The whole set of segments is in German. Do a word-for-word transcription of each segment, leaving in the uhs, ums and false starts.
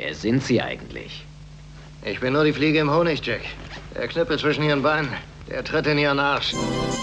Wer sind Sie eigentlich? Ich bin nur die Fliege im Honig, Jack. Der Knüppel zwischen Ihren Beinen, der tritt in Ihren Arsch.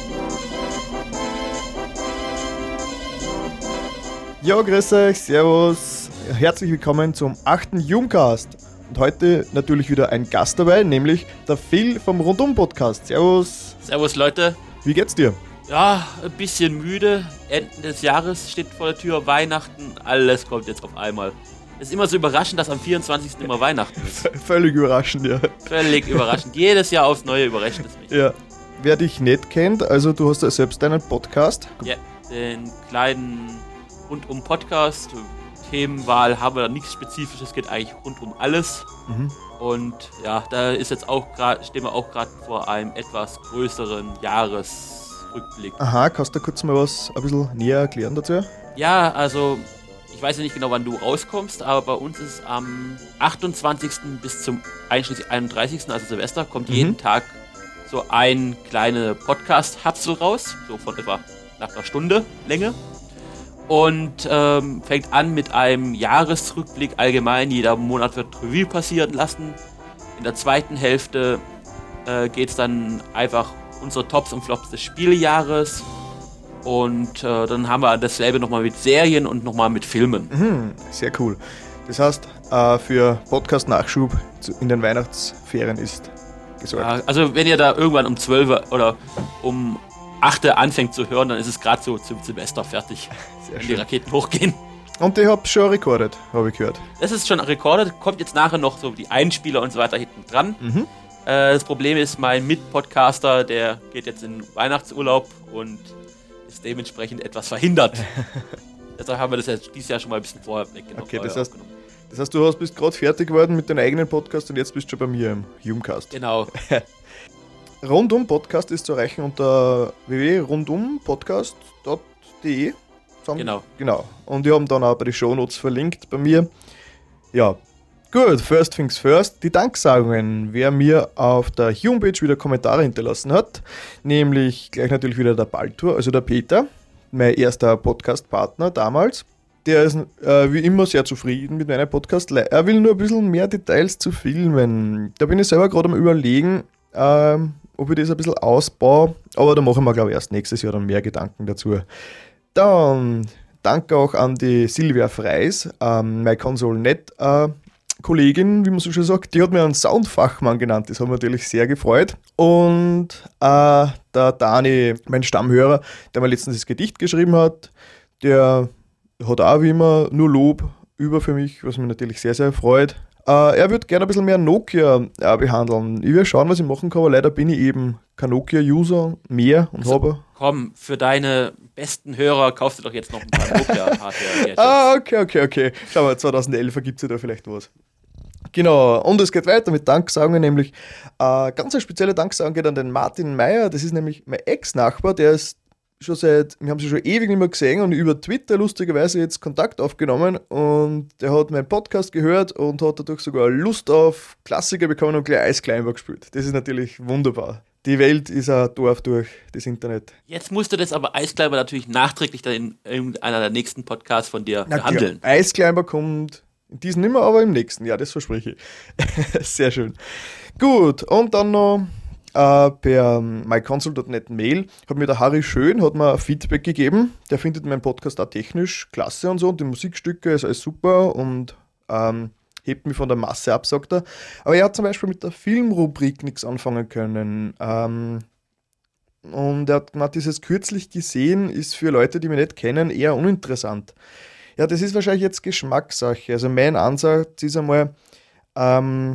Ja, grüß euch, servus. Herzlich willkommen zum achten Jugendcast. Und heute natürlich wieder ein Gast dabei, nämlich der Phil vom Rundum-Podcast. Servus. Servus, Leute. Wie geht's dir? Ja, ein bisschen müde. Ende des Jahres steht vor der Tür, Weihnachten, alles kommt jetzt auf einmal. Es ist immer so überraschend, dass am vierundzwanzigsten immer Weihnachten ist. V- völlig überraschend, ja. Völlig überraschend. Jedes Jahr aufs Neue überrascht es mich. Ja. Wer dich nicht kennt, also du hast ja selbst einen Podcast. Ja, den kleinen Rundum-Podcast. Themenwahl haben wir da nichts Spezifisches, geht eigentlich rund um alles. Mhm. Und ja, da ist jetzt auch gerade, stehen wir auch gerade vor einem etwas größeren Jahresrückblick. Aha, kannst du kurz mal was ein bisschen näher erklären dazu? Ja, also ich weiß ja nicht genau, wann du rauskommst, aber bei uns ist am achtundzwanzigsten bis zum einschließlich einunddreißigsten, also Silvester, kommt Mhm. jeden Tag so ein kleine Podcast-Hapsel raus, so von etwa nach einer Stunde Länge. Und ähm, fängt an mit einem Jahresrückblick allgemein. Jeder Monat wird Revue passieren lassen. In der zweiten Hälfte äh, geht es dann einfach unsere Tops und Flops des Spieljahres. Und äh, dann haben wir dasselbe nochmal mit Serien und nochmal mit Filmen. Mhm, sehr cool. Das heißt, äh, für Podcast-Nachschub zu- in den Weihnachtsferien ist gesorgt. Ja, also wenn ihr da irgendwann um zwölf oder um acht anfängt zu hören, dann ist es gerade so zum Semester fertig, Sehr wenn die schön. Raketen hochgehen. Und ich hab's schon rekordet, habe ich gehört. Das ist schon recorded, kommt jetzt nachher noch so die Einspieler und so weiter hinten dran. Mhm. Äh, das Problem ist, mein Mitpodcaster, der geht jetzt in Weihnachtsurlaub und ist dementsprechend etwas verhindert. Deshalb haben wir das jetzt dieses Jahr schon mal ein bisschen vorher weggenommen. Okay, das äh, heißt- aufgenommen. Das heißt, du hast, bist gerade fertig geworden mit deinem eigenen Podcast und jetzt bist du schon bei mir im Jugendcast. Genau. Rundum Podcast ist zu erreichen unter w w w punkt rundumpodcast punkt d e. Zusammen- Genau. Genau. Und wir haben dann auch bei den Shownotes verlinkt bei mir. Ja, gut, first things first. Die Danksagungen, wer mir auf der Homepage wieder Kommentare hinterlassen hat, nämlich gleich natürlich wieder der Baltur, also der Peter, mein erster Podcast-Partner damals. Der ist äh, wie immer sehr zufrieden mit meinem Podcast. Le- Er will nur ein bisschen mehr Details zu filmen. Da bin ich selber gerade am Überlegen, ähm, ob ich das ein bisschen ausbaue. Aber da machen wir, glaube ich, erst nächstes Jahr dann mehr Gedanken dazu. Dann danke auch an die Silvia Freis, ähm, meine Console.net-Kollegin, wie man so schön sagt. Die hat mir einen Soundfachmann genannt, das hat mich natürlich sehr gefreut. Und äh, der Dani, mein Stammhörer, der mir letztens das Gedicht geschrieben hat, der hat auch wie immer nur Lob über für mich, was mich natürlich sehr, sehr freut. Äh, er würde gerne ein bisschen mehr Nokia äh, behandeln. Ich werde schauen, was ich machen kann, aber leider bin ich eben kein Nokia-User mehr und Also, habe... Komm, für deine besten Hörer kaufst du doch jetzt noch ein paar Nokia-Hardware. Ah, okay, okay, okay. Schau mal, zweitausendelf gibt es ja da vielleicht was. Genau, und es geht weiter mit Danksagungen, nämlich äh, ganz eine spezielle Danksagung geht an den Martin Meyer. Das ist nämlich mein Ex-Nachbar, der ist schon seit, wir haben sie schon ewig nicht mehr gesehen und über Twitter lustigerweise jetzt Kontakt aufgenommen und der hat meinen Podcast gehört und hat dadurch sogar Lust auf Klassiker bekommen und gleich Eisclimber gespielt. Das ist natürlich wunderbar. Die Welt ist ein Dorf durch das Internet. Jetzt musst du das aber Eiskleiber natürlich nachträglich dann in irgendeiner der nächsten Podcasts von dir Na, behandeln. der Eisclimber kommt in diesem nicht mehr, aber im nächsten. Ja, das verspreche ich. Sehr schön. Gut, und dann noch äh, per myconsole punkt net Mail hat mir der Harry Schön hat mir Feedback gegeben. Der findet meinen Podcast auch technisch klasse und so und die Musikstücke ist alles super und ähm, hebt mich von der Masse ab, sagt er. Aber er hat zum Beispiel mit der Filmrubrik nichts anfangen können. Ähm, und er hat gemeint, dieses kürzlich gesehen ist für Leute, die mich nicht kennen, eher uninteressant. Ja, das ist wahrscheinlich jetzt Geschmackssache. Also mein Ansatz ist einmal, ähm,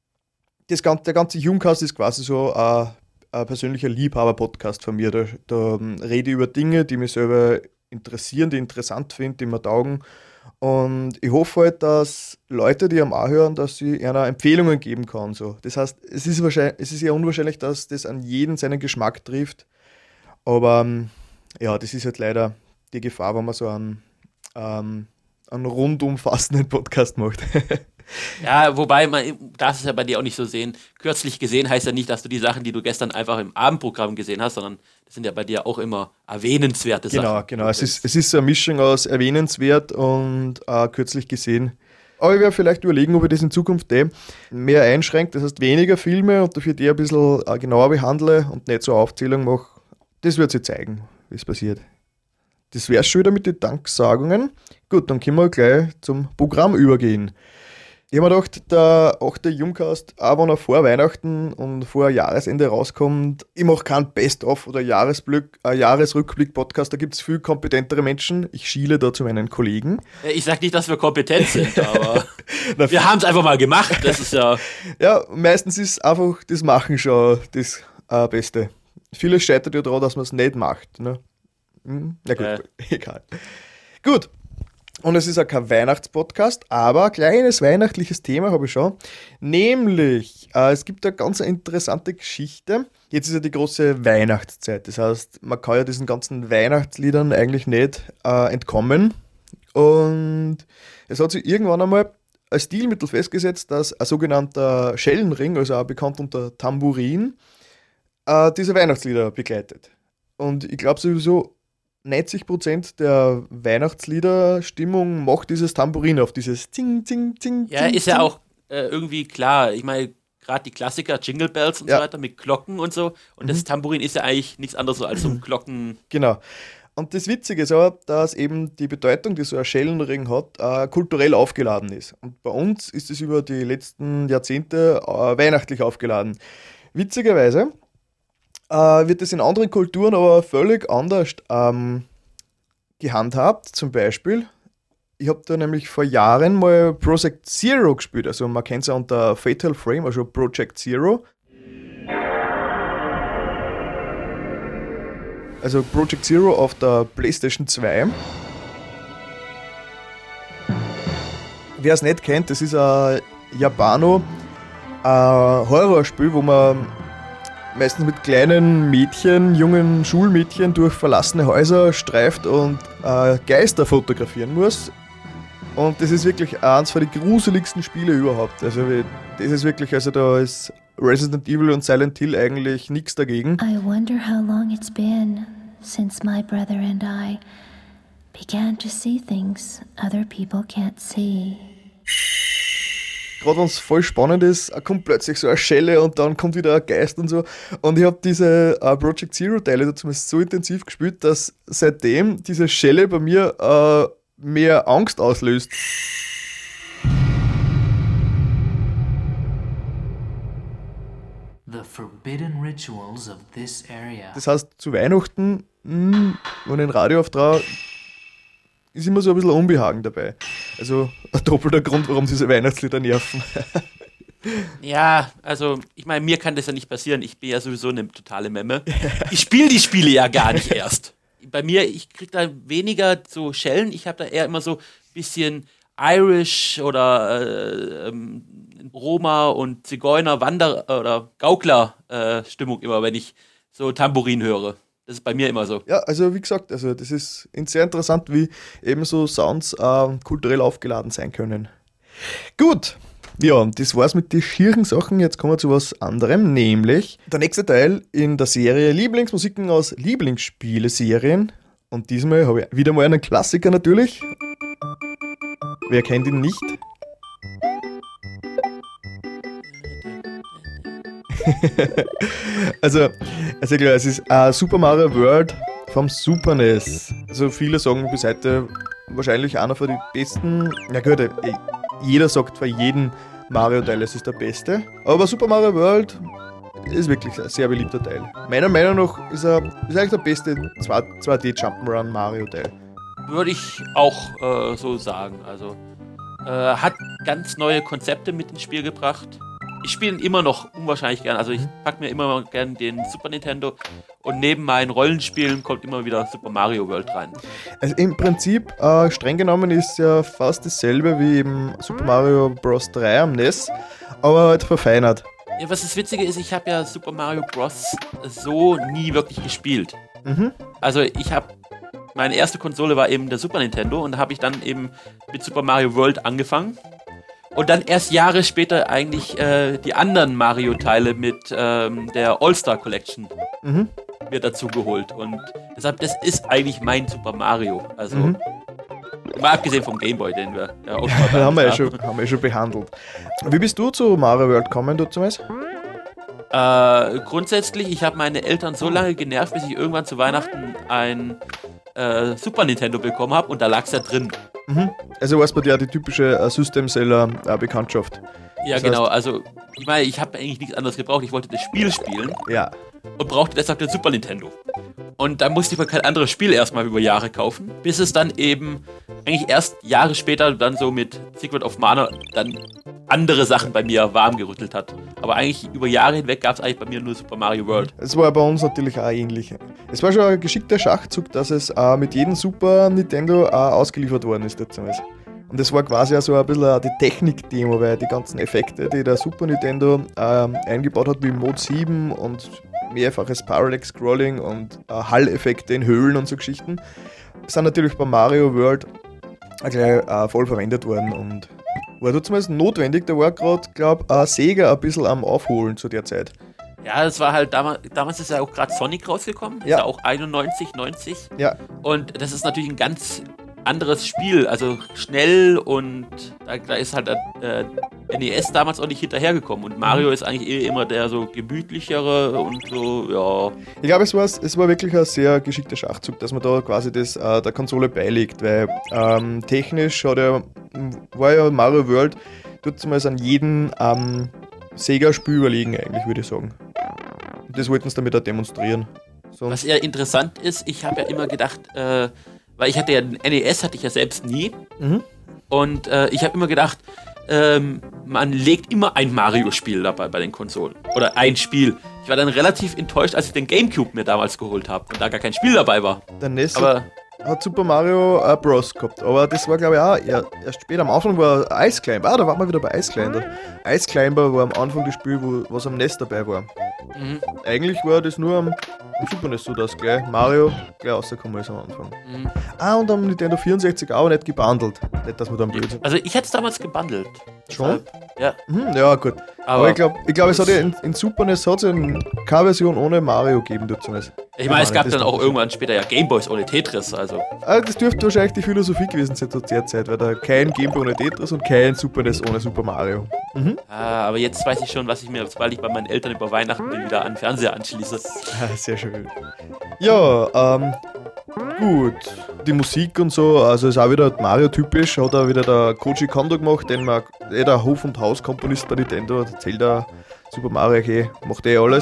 das ganze, der ganze Jugendcast ist quasi so äh, ein persönlicher Liebhaber-Podcast von mir. Da, da ähm, rede ich über Dinge, die mich selber interessieren, die ich interessant finde, die mir taugen. Und ich hoffe halt, dass Leute, die am auch hören, dass ich einer Empfehlungen geben kann. So. Das heißt, es ist, wahrscheinlich, es ist ja unwahrscheinlich, dass das an jeden seinen Geschmack trifft. Aber ähm, ja, das ist halt leider die Gefahr, wenn man so einen, ähm, einen rundumfassenden Podcast macht. Ja, wobei man darf es ja bei dir auch nicht so sehen. Kürzlich gesehen heißt ja nicht, dass du die Sachen, die du gestern einfach im Abendprogramm gesehen hast, sondern das sind ja bei dir auch immer erwähnenswerte Genau, Sachen. genau. Es ist, es ist so eine Mischung aus erwähnenswert und äh, kürzlich gesehen. Aber ich werde vielleicht überlegen, ob ich das in Zukunft eh mehr einschränke, das heißt weniger Filme und dafür die ein bisschen äh, genauer behandle und nicht so Aufzählung mache. Das wird sich zeigen, wie es passiert. Das wäre schon wieder mit den Danksagungen. Gut, dann können wir gleich zum Programm übergehen. Ich habe mir gedacht, der achte Jumcast, auch wenn er vor Weihnachten und vor Jahresende rauskommt, ich mache keinen Best-of oder Jahresblick, äh, Jahresrückblick-Podcast, da gibt es viel kompetentere Menschen. Ich schiele da zu meinen Kollegen. Ich sag nicht, dass wir kompetent sind, aber wir haben es einfach mal gemacht. Das ist ja. Ja, meistens ist einfach das Machen schon das äh, Beste. Vieles scheitert ja daran, dass man es nicht macht. Ne? Hm? Na gut, Äh. egal. Gut. Und es ist auch kein Weihnachtspodcast, aber ein kleines weihnachtliches Thema habe ich schon. Nämlich, äh, es gibt eine ganz interessante Geschichte. Jetzt ist ja die große Weihnachtszeit. Das heißt, man kann ja diesen ganzen Weihnachtsliedern eigentlich nicht äh, entkommen. Und es hat sich irgendwann einmal als Stilmittel festgesetzt, dass ein sogenannter Schellenring, also auch bekannt unter Tambourin, äh, diese Weihnachtslieder begleitet. Und ich glaube sowieso, neunzig Prozent der Weihnachtsliederstimmung macht dieses Tambourin auf, dieses Zing, Zing, Zing. Ja, Zing, ist ja Zing. auch äh, irgendwie klar. Ich meine, gerade die Klassiker, Jingle Bells und Ja. so weiter mit Glocken und so. Und Mhm. das Tambourin ist ja eigentlich nichts anderes so als so ein Glocken. Genau. Und das Witzige ist aber, dass eben die Bedeutung, die so ein Schellenring hat, äh, kulturell aufgeladen ist. Und bei uns ist es über die letzten Jahrzehnte äh, weihnachtlich aufgeladen. Witzigerweise äh, wird es in anderen Kulturen aber völlig anders ähm, gehandhabt. Zum Beispiel, ich habe da nämlich vor Jahren mal Project Zero gespielt. Also man kennt es ja unter Fatal Frame, also Project Zero. Also Project Zero auf der PlayStation zwei. Wer es nicht kennt, das ist ein Japano äh, Horrorspiel, wo man meistens mit kleinen Mädchen, jungen Schulmädchen durch verlassene Häuser streift und äh, Geister fotografieren muss. Und das ist wirklich eins von den gruseligsten Spiele überhaupt. Also wie- das ist wirklich, also da ist Resident Evil und Silent Hill eigentlich nichts dagegen. I wonder how long it's been since my brother and I began to see things other people can't see. Gerade wenn es voll spannend ist, äh, kommt plötzlich so eine Schelle und dann kommt wieder ein Geist und so. Und ich habe diese äh, Project Zero Teile dazu so intensiv gespielt, dass seitdem diese Schelle bei mir äh, mehr Angst auslöst. The forbidden rituals of this area. Das heißt, zu Weihnachten, mh, wenn ich ein Radio auftrage, ist immer so ein bisschen Unbehagen dabei. Also ein doppelter Grund, warum diese Weihnachtslieder nerven. Ja, also, ich meine, mir kann das ja nicht passieren. Ich bin ja sowieso eine totale Memme. Ich spiele die Spiele ja gar nicht erst. Bei mir, ich krieg da weniger so Schellen. Ich habe da eher immer so ein bisschen Irish oder äh, ähm, Roma und Zigeuner, Wanderer oder Gaukler-Stimmung immer, wenn ich so Tambourin höre. Das ist bei mir immer so. Ja, also wie gesagt, also das ist sehr interessant, wie eben so Sounds äh, kulturell aufgeladen sein können. Gut, ja, das war's mit den schieren Sachen. Jetzt kommen wir zu was anderem, nämlich der nächste Teil in der Serie Lieblingsmusiken aus Lieblingsspieleserien. Und diesmal habe ich wieder mal einen Klassiker natürlich. Wer kennt ihn nicht? also, also klar, es ist uh, Super Mario World vom Super N E S. Also viele sagen bis heute wahrscheinlich einer von den besten. Ja gut, eh, jeder sagt für jeden Mario-Teil, es ist der beste. Aber Super Mario World ist wirklich ein sehr beliebter Teil. Meiner Meinung nach ist er ist eigentlich der beste zwei D Jump'n'Run Mario-Teil. Würde ich auch äh, so sagen. Also, äh, hat ganz neue Konzepte mit ins Spiel gebracht. Ich spiele ihn immer noch unwahrscheinlich gern. Also ich packe mir immer gern den Super Nintendo und neben meinen Rollenspielen kommt immer wieder Super Mario World rein. Also im Prinzip, äh, streng genommen, ist ja fast dasselbe wie eben Super Mario Bros. drei am N E S, aber halt verfeinert. Ja, was das Witzige ist, ich habe ja Super Mario Bros. So nie wirklich gespielt. Mhm. Also ich habe, meine erste Konsole war eben der Super Nintendo und da habe ich dann eben mit Super Mario World angefangen. Und dann erst Jahre später eigentlich äh, die anderen Mario-Teile mit ähm, der All-Star Collection Mhm. mir dazu geholt. Und deshalb, das ist eigentlich mein Super Mario. Also, Mhm. Mal abgesehen vom Gameboy, den wir ja auch schon mal Ja, haben wir ja haben. schon, haben wir ja schon behandelt. Wie bist du zu Mario World gekommen, du zumindest? Äh, grundsätzlich, ich habe meine Eltern so lange genervt, bis ich irgendwann zu Weihnachten ein äh, Super Nintendo bekommen habe und da lag es ja drin. Mhm. Also war es bei dir die typische äh, System-Seller-Bekanntschaft. Ja, Das genau, heißt- also ich meine, ich habe eigentlich nichts anderes gebraucht. Ich wollte das Spiel spielen Ja. und brauchte deshalb den Super Nintendo. Und da musste ich mir kein anderes Spiel erstmal über Jahre kaufen, bis es dann eben eigentlich erst Jahre später dann so mit Secret of Mana dann andere Sachen bei mir warm gerüttelt hat. Aber eigentlich über Jahre hinweg gab es eigentlich bei mir nur Super Mario World. Es war bei uns natürlich auch ähnlich. Es war schon ein geschickter Schachzug, dass es äh, mit jedem Super Nintendo äh, ausgeliefert worden ist. Damals. Und das war quasi auch so ein bisschen auch die Technik-Demo, weil die ganzen Effekte, die der Super Nintendo ähm, eingebaut hat, wie Mode sieben und mehrfaches Parallax-Scrolling und äh, Hall-Effekte in Höhlen und so Geschichten, sind natürlich bei Mario World auch gleich äh, voll verwendet worden und war da zumindest notwendig. Da war gerade, glaube ich, Sega ein bisschen am Aufholen zu der Zeit. Ja, das war halt damals, damals ist ja auch gerade Sonic rausgekommen, ist Ja. ja auch einundneunzig, neunzig. Ja, Und das ist natürlich ein ganz anderes Spiel, also schnell und da, da ist halt äh, N E S damals auch nicht hinterhergekommen und Mario ist eigentlich eh immer der so gemütlichere und so, ja. ich glaube, es war, es war wirklich ein sehr geschickter Schachzug, dass man da quasi das äh, der Konsole beilegt, weil ähm, technisch hat ja, war ja Mario World tut zumindest an jedem ähm, Sega-Spiel überlegen, eigentlich, würde ich sagen. Und das wollten sie damit auch demonstrieren. Sonst, Was eher interessant ist, ich habe ja immer gedacht, äh, weil ich hatte ja den N E S hatte ich ja selbst nie Mhm. und äh, ich habe immer gedacht, ähm, man legt immer ein Mario-Spiel dabei bei den Konsolen oder ein Spiel. Ich war dann relativ enttäuscht, als ich den Gamecube mir damals geholt habe und da gar kein Spiel dabei war. der N E S Aber hat Super Mario äh, Bros. Gehabt, aber das war, glaube ich, auch eher, erst später. Am Anfang war Ice Climber. Ah, da waren wir wieder bei Ice Climber. Ice Climber war am Anfang das Spiel, wo, was am N E S dabei war. mhm, Eigentlich war das nur am, am Super N E S so, dass gleich Mario gleich rausgekommen ist am Anfang. mhm. Ah, und am Nintendo vierundsechzig auch nicht gebundelt. Nicht, dass wir da am Blödsinn. Also ich hätte es damals gebundelt. Schon? Ja, Mhm, ja, gut. Aber, aber ich glaube, ich glaub, es hat ja in, in Super N E S hat's ja keine Version ohne Mario gegeben, du zumindest. ich meine, es gab Das dann auch ist- irgendwann später ja Gameboys ohne Tetris, also Ah, das dürfte wahrscheinlich die Philosophie gewesen sein zu der Zeit, weil da kein Gameboy ohne Tetris und kein Super N E S ohne Super Mario. Mhm. ah, aber jetzt weiß ich schon, was ich mir, sobald ich bei meinen Eltern über Weihnachten bin, wieder an den Fernseher anschließe. Ah, sehr schön. Ja, ähm, gut. Die Musik und so, also ist auch wieder Mario-typisch, hat auch wieder der Koji Kondo gemacht, den man, eh der Hof- und Hauskomponist bei Nintendo, erzählt er Super Mario, okay, macht eh alles.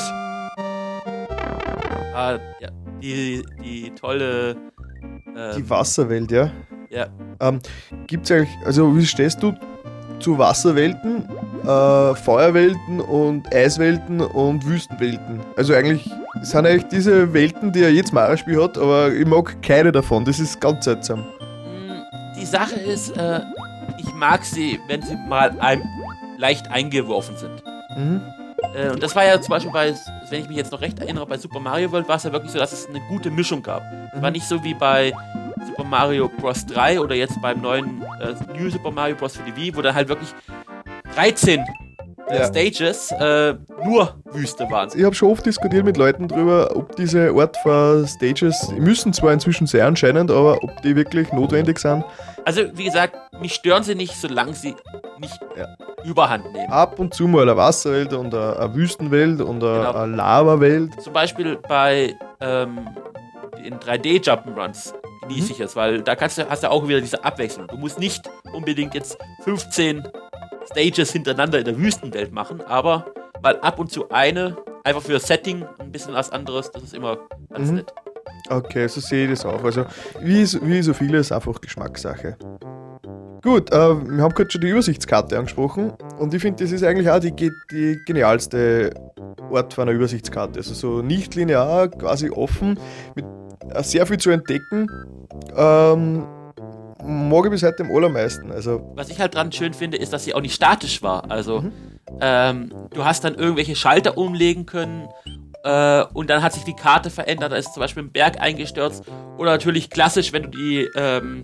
Ah, ja, die, die tolle. Ähm, Die Wasserwelt, ja. Ja, Ähm, gibt's eigentlich, also wie stehst du zu Wasserwelten, äh, Feuerwelten und Eiswelten und Wüstenwelten? Also eigentlich sind eigentlich diese Welten, die ja jedes Mario-Spiel hat, aber ich mag keine davon, das ist ganz seltsam. mh, die Sache ist, äh, ich mag sie, wenn sie mal ein, leicht eingeworfen sind. Mhm. Äh, und das war ja zum Beispiel bei, wenn ich mich jetzt noch recht erinnere, bei Super Mario World war es ja wirklich so, dass es eine gute Mischung gab. Es war nicht so wie bei Super Mario Bros. drei oder jetzt beim neuen äh, New Super Mario Bros. Für die Wii, wo da halt wirklich dreizehn äh, Ja. Stages äh, nur Wüste waren. Ich habe schon oft diskutiert mit Leuten drüber, ob diese Art von Stages, die müssen zwar inzwischen sehr anscheinend, aber ob die wirklich notwendig sind. Also, wie gesagt, mich stören sie nicht, solange sie nicht Ja. überhand nehmen. Ab und zu mal eine Wasserwelt und eine, eine Wüstenwelt und eine, Genau. eine Lavawelt. Zum Beispiel bei ähm, in drei D Jump'n'Runs genieße ich es, weil da kannst du, hast du auch wieder diese Abwechslung. Du musst nicht unbedingt jetzt fünfzehn Stages hintereinander in der Wüstenwelt machen, aber mal ab und zu eine, einfach für das Setting ein bisschen was anderes, das ist immer ganz Mhm. nett. Okay, so sehe ich das auch. Also, wie, so- wie so vieles, einfach Geschmackssache. Gut, äh, wir haben gerade schon die Übersichtskarte angesprochen und ich finde, das ist eigentlich auch die, ge- die genialste Art von einer Übersichtskarte. Also so nicht linear, quasi offen, mit äh, sehr viel zu entdecken. Ähm, mag ich bis heute am allermeisten. Also, Was ich halt dran schön finde, ist, dass sie auch nicht statisch war. Also, Mhm. ähm, du hast dann irgendwelche Schalter umlegen können äh, und dann hat sich die Karte verändert. Da ist zum Beispiel ein Berg eingestürzt. Oder natürlich klassisch, wenn du die ähm,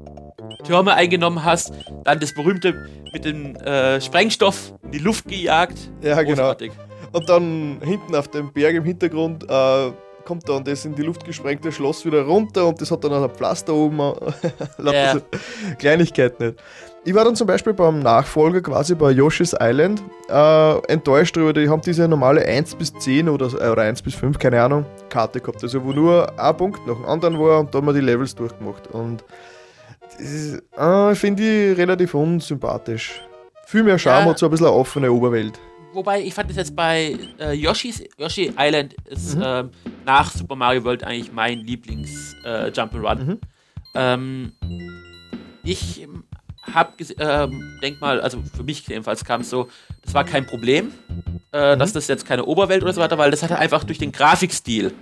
Türme eingenommen hast, dann das berühmte mit dem äh, Sprengstoff in die Luft gejagt. ja, genau. Großartig. Und dann hinten auf dem Berg im Hintergrund äh, kommt dann das in die Luft gesprengte Schloss wieder runter und das hat dann ein Pflaster oben. Lauter Ja. so Kleinigkeit nicht. Ich war dann zum Beispiel beim Nachfolger quasi bei Yoshi's Island äh, enttäuscht darüber, die haben diese normale eins bis zehn oder, so- äh, oder eins bis fünf, keine Ahnung, Karte gehabt. Also wo nur ein Punkt nach dem anderen war und da haben wir die Levels durchgemacht. Und das ist, äh, finde ich relativ unsympathisch. Viel mehr Charme Ja. hat so ein bisschen eine offene Oberwelt. Wobei, ich fand das jetzt bei äh, Yoshi's, Yoshi Island ist Mhm. ähm, nach Super Mario World eigentlich mein Lieblings äh, Jump'n'Run. Mhm. Ähm, ich ähm, hab, gese- ähm, denk mal, also für mich jedenfalls kam es so, das war kein Problem, äh, Mhm. dass das jetzt keine Oberwelt oder so weiter, weil das hat einfach durch den Grafikstil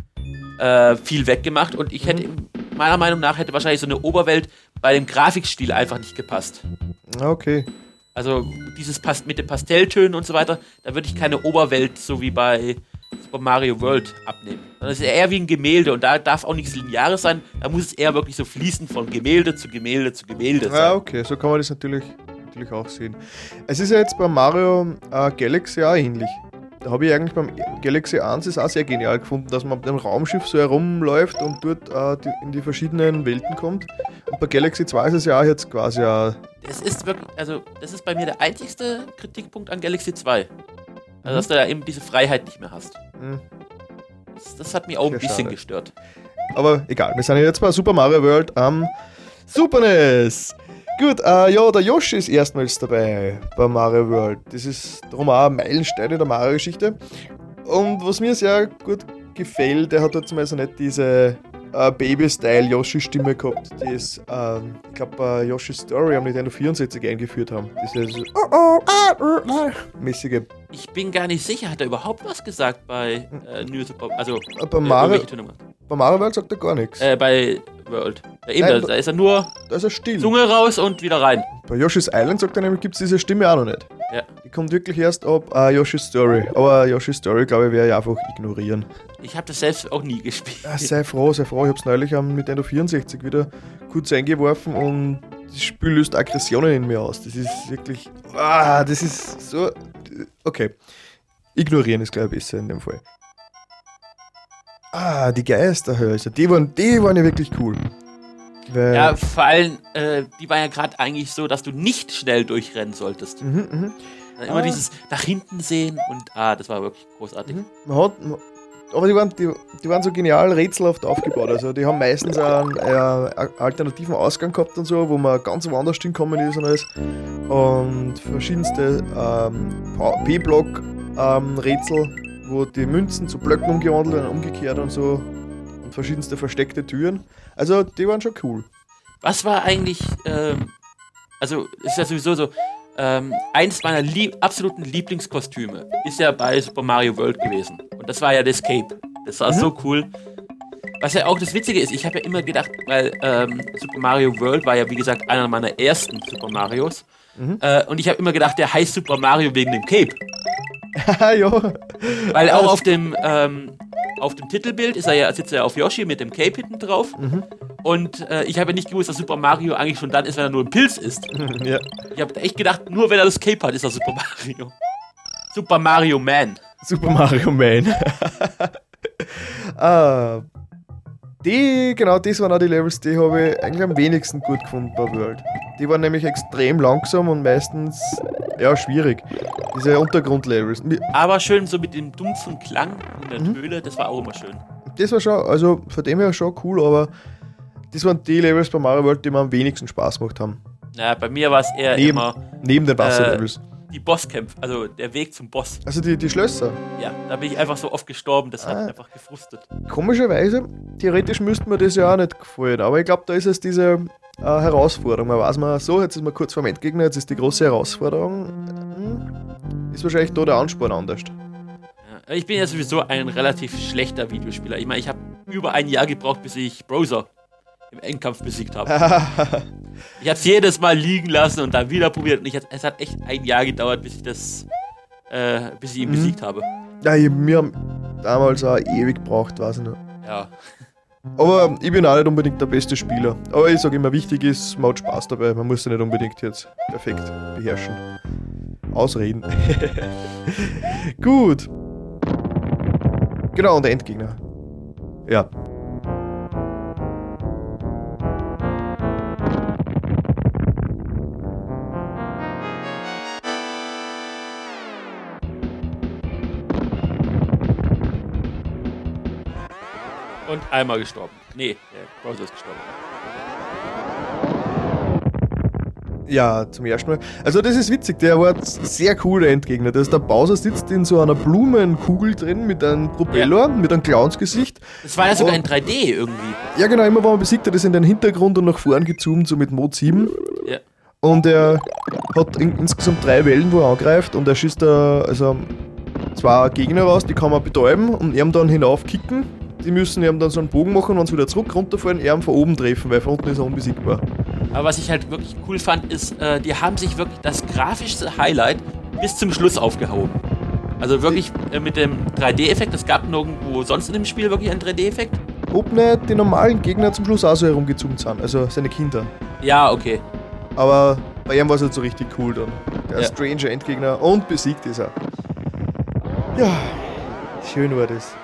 äh, viel weggemacht und ich hätte, Mhm. meiner Meinung nach, hätte wahrscheinlich so eine Oberwelt bei dem Grafikstil einfach nicht gepasst. Okay. Also dieses Pas mit den Pastelltönen und so weiter, da würde ich keine Oberwelt so wie bei Super Mario World abnehmen. Das ist eher wie ein Gemälde und da darf auch nichts Lineares sein, da muss es eher wirklich so fließen von Gemälde zu Gemälde zu Gemälde sein. Ja, okay, so kann man das natürlich, natürlich auch sehen. Es ist ja jetzt bei Mario äh, Galaxy auch ähnlich. Da habe ich eigentlich beim Galaxy eins ist auch sehr genial gefunden, dass man mit dem Raumschiff so herumläuft und dort äh, die, in die verschiedenen Welten kommt. Und bei Galaxy zwei ist es ja auch jetzt quasi auch. Das ist wirklich, also das ist bei mir der einzigste Kritikpunkt an Galaxy zwei. Also Mhm. dass du da eben diese Freiheit nicht mehr hast. Mh, Das, das hat mich auch ein Sehr bisschen schade. gestört. Aber egal, wir sind ja jetzt bei Super Mario World am Super N E S. Gut, äh, ja, der Yoshi ist erstmals dabei bei Mario World. Das ist darum auch ein Meilenstein in der Mario-Geschichte. Und was mir sehr gut gefällt, der hat jetzt mal so nicht diese äh, Baby-Style-Yoshi-Stimme gehabt, die es, ähm, ich glaube, bei Yoshi's Story am Nintendo vierundsechzig eingeführt haben. Diese so, oh, oh, ah, oh, ah, mäßige. Ich bin gar nicht sicher, hat er überhaupt was gesagt bei äh, New Super, also Äh, bei, äh, Mario, irgendwelche Töne gemacht? bei Mario World sagt er gar nichts. Äh, bei World. Ja, eben, Nein, da, da ist er nur Da ist er still. Zunge raus und wieder rein. Bei Yoshi's Island sagt er nämlich, gibt es diese Stimme auch noch nicht. Ja. Die kommt wirklich erst ab äh, Yoshi's Story. Aber Yoshi's Story, glaube ich, werde ich einfach ignorieren. Ich habe das selbst auch nie gespielt. Ja, sei froh, sei froh. Ich habe es neulich am Nintendo vierundsechzig wieder kurz eingeworfen und das Spiel löst Aggressionen in mir aus. Das ist wirklich. Ah, das ist so. Okay. Ignorieren ist, glaube ich, besser in dem Fall. Ah, die Geisterhölzer. Die waren, die waren ja wirklich cool. Weil, Ja, vor allem, äh, die war ja gerade eigentlich so, dass du nicht schnell durchrennen solltest. Mhm, mhm. Dann immer Ah. dieses nach hinten sehen und ah, das war wirklich großartig. Mhm. Man hat, man, aber die waren, die, die waren so genial rätselhaft aufgebaut. Also die haben meistens einen äh, alternativen Ausgang gehabt und so, wo man ganz woanders hinkommen ist und alles. Und verschiedenste ähm, P-Block-Rätsel, wo die Münzen zu Blöcken umgewandelt werden, umgekehrt und so. Und verschiedenste versteckte Türen. Also die waren schon cool. Was war eigentlich, ähm, also ist ja sowieso so, ähm, eins meiner lieb absoluten Lieblingskostüme ist ja bei Super Mario World gewesen. Und das war ja das Cape. Das war Mhm. so cool. Was ja auch das Witzige ist, ich habe ja immer gedacht, weil ähm, Super Mario World war ja wie gesagt einer meiner ersten Super Marios. Mhm. Äh, und ich habe immer gedacht, der heißt Super Mario wegen dem Cape. ja. Weil auch Das- auf dem, ähm, auf dem Titelbild ist er ja, sitzt er auf Yoshi mit dem Cape hinten drauf. Mhm. Und äh, ich habe ja nicht gewusst, dass Super Mario eigentlich schon dann ist, wenn er nur ein Pilz ist. ja. Ich habe echt gedacht, nur wenn er das Cape hat, ist er Super Mario. Super Mario Man. Super Mario Man. ah, die, genau, das waren auch die Levels, die habe ich eigentlich am wenigsten gut gefunden bei World. Die waren nämlich extrem langsam und meistens, ja, schwierig. Diese Untergrundlevels. Mi- Aber schön so mit dem dumpfen Klang und der Mhm. Höhle, das war auch immer schön. Das war schon, also von dem her schon cool, aber das waren die Levels bei Mario World, die mir am wenigsten Spaß gemacht haben. Naja, bei mir war es eher Neben, immer neben den Wasserlevels. die Bosskämpfe, also der Weg zum Boss. Also die, die Schlösser. Ja, da bin ich einfach so oft gestorben, das hat Ah. einfach gefrustet. Komischerweise, theoretisch müsste mir das ja auch nicht gefallen, aber ich glaube, da ist es diese äh, Herausforderung. Man weiß mal, so, jetzt ist man kurz vor dem Endgegner, jetzt ist die große Herausforderung. Hm, Ist wahrscheinlich da der Ansporn anders. Ja, ich bin ja sowieso ein relativ schlechter Videospieler. Ich meine, ich habe über ein Jahr gebraucht, bis ich Browser im Endkampf besiegt habe. Ich habe es jedes Mal liegen lassen und dann wieder probiert. Und ich, es hat echt ein Jahr gedauert, bis ich das, äh, bis ich ihn Mhm. besiegt habe. ja, ich, wir haben damals auch ewig gebraucht, weiß ich noch. Ja. Aber ich bin auch nicht unbedingt der beste Spieler. Aber ich sage immer, wichtig ist, man hat Spaß dabei. Man muss ja nicht unbedingt jetzt perfekt beherrschen. Ausreden. Gut. Genau, und der Endgegner. Ja. Und einmal gestorben. Nee, der Bowser ist gestorben. Ja, zum ersten Mal. Also das ist witzig, der war sehr cool, der Endgegner. Das, der Bowser sitzt in so einer Blumenkugel drin mit einem Propeller, ja. mit einem Clownsgesicht. Das war ja sogar und, in drei D irgendwie. Ja genau, immer wenn man besiegt hat, ist in den Hintergrund und nach vorn gezoomt, so mit Mod sieben. Ja. Und er hat in, insgesamt drei Wellen, wo er angreift und er schießt da also zwei Gegner raus, die kann man betäuben und ihm dann hinaufkicken. Die müssen ihm dann so einen Bogen machen, wenn sie wieder zurück runterfallen, ihm von oben treffen, weil von unten ist er unbesiegbar. Aber was ich halt wirklich cool fand, ist, äh, die haben sich wirklich das grafischste Highlight bis zum Schluss aufgehoben. Also wirklich äh, mit dem drei D-Effekt, es gab nirgendwo sonst in dem Spiel wirklich einen drei D-Effekt. Ob nicht die normalen Gegner zum Schluss auch so herumgezoomt sind, also seine Kinder. Ja, okay. Aber bei ihm war es halt so richtig cool dann. Der Ja. Stranger Endgegner und besiegt ist er. Ja, schön war das.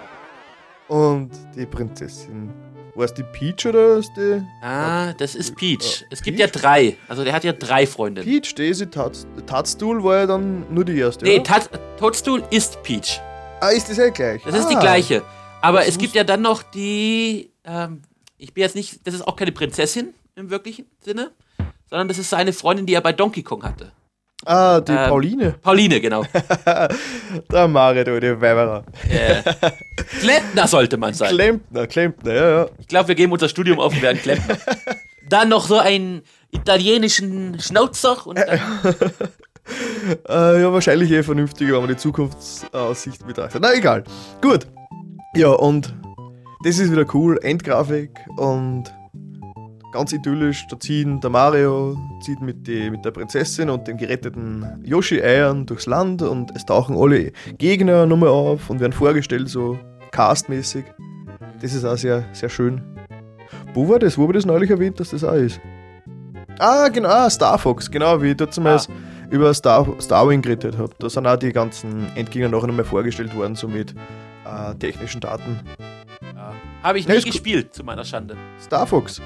Und die Prinzessin. War es die Peach oder ist die. Ah, das ist Peach. Äh, Es gibt Peach? ja drei. Also der hat ja drei Freundinnen. Peach, Daisy, Tats- Toadstool war ja dann nur die erste. Nee, oder? Tat- Toadstool ist Peach. Ah, ist das ja gleich? Das ist ah. die gleiche. Aber das es gibt wusste- ja dann noch die. Ähm, ich bin jetzt nicht. Das ist auch keine Prinzessin im wirklichen Sinne, sondern das ist seine Freundin, die er bei Donkey Kong hatte. Ah, die Ähm, Pauline. Pauline, genau. Der Mario, du, die Weiberer. äh, Klempner sollte man sein. Klempner, Klempner, ja, ja. Ich glaube, wir geben unser Studium auf und werden Klempner. Dann noch so einen italienischen Schnauzer und dann, Äh, ja, wahrscheinlich eh vernünftiger, wenn man die Zukunftsaussicht betrachtet. Na, egal. Gut. Ja, und das ist wieder cool. Endgrafik und ganz idyllisch. Da ziehen der Mario zieht mit, die, mit der Prinzessin und den geretteten Yoshi-Eiern durchs Land und es tauchen alle Gegner nochmal auf und werden vorgestellt, so castmäßig. Das ist auch sehr, sehr schön. Wo war das? Wo habe ich das neulich erwähnt, dass das auch ist? Ah, genau, ah, Star Fox, genau, wie ich dort mal Ah. über Star, Starwing geredet habe. Da sind auch die ganzen Endgegner nachher nochmal vorgestellt worden, so mit äh, technischen Daten. ja, habe ich Ja, nie ist gut. gespielt, zu meiner Schande. Star Fox.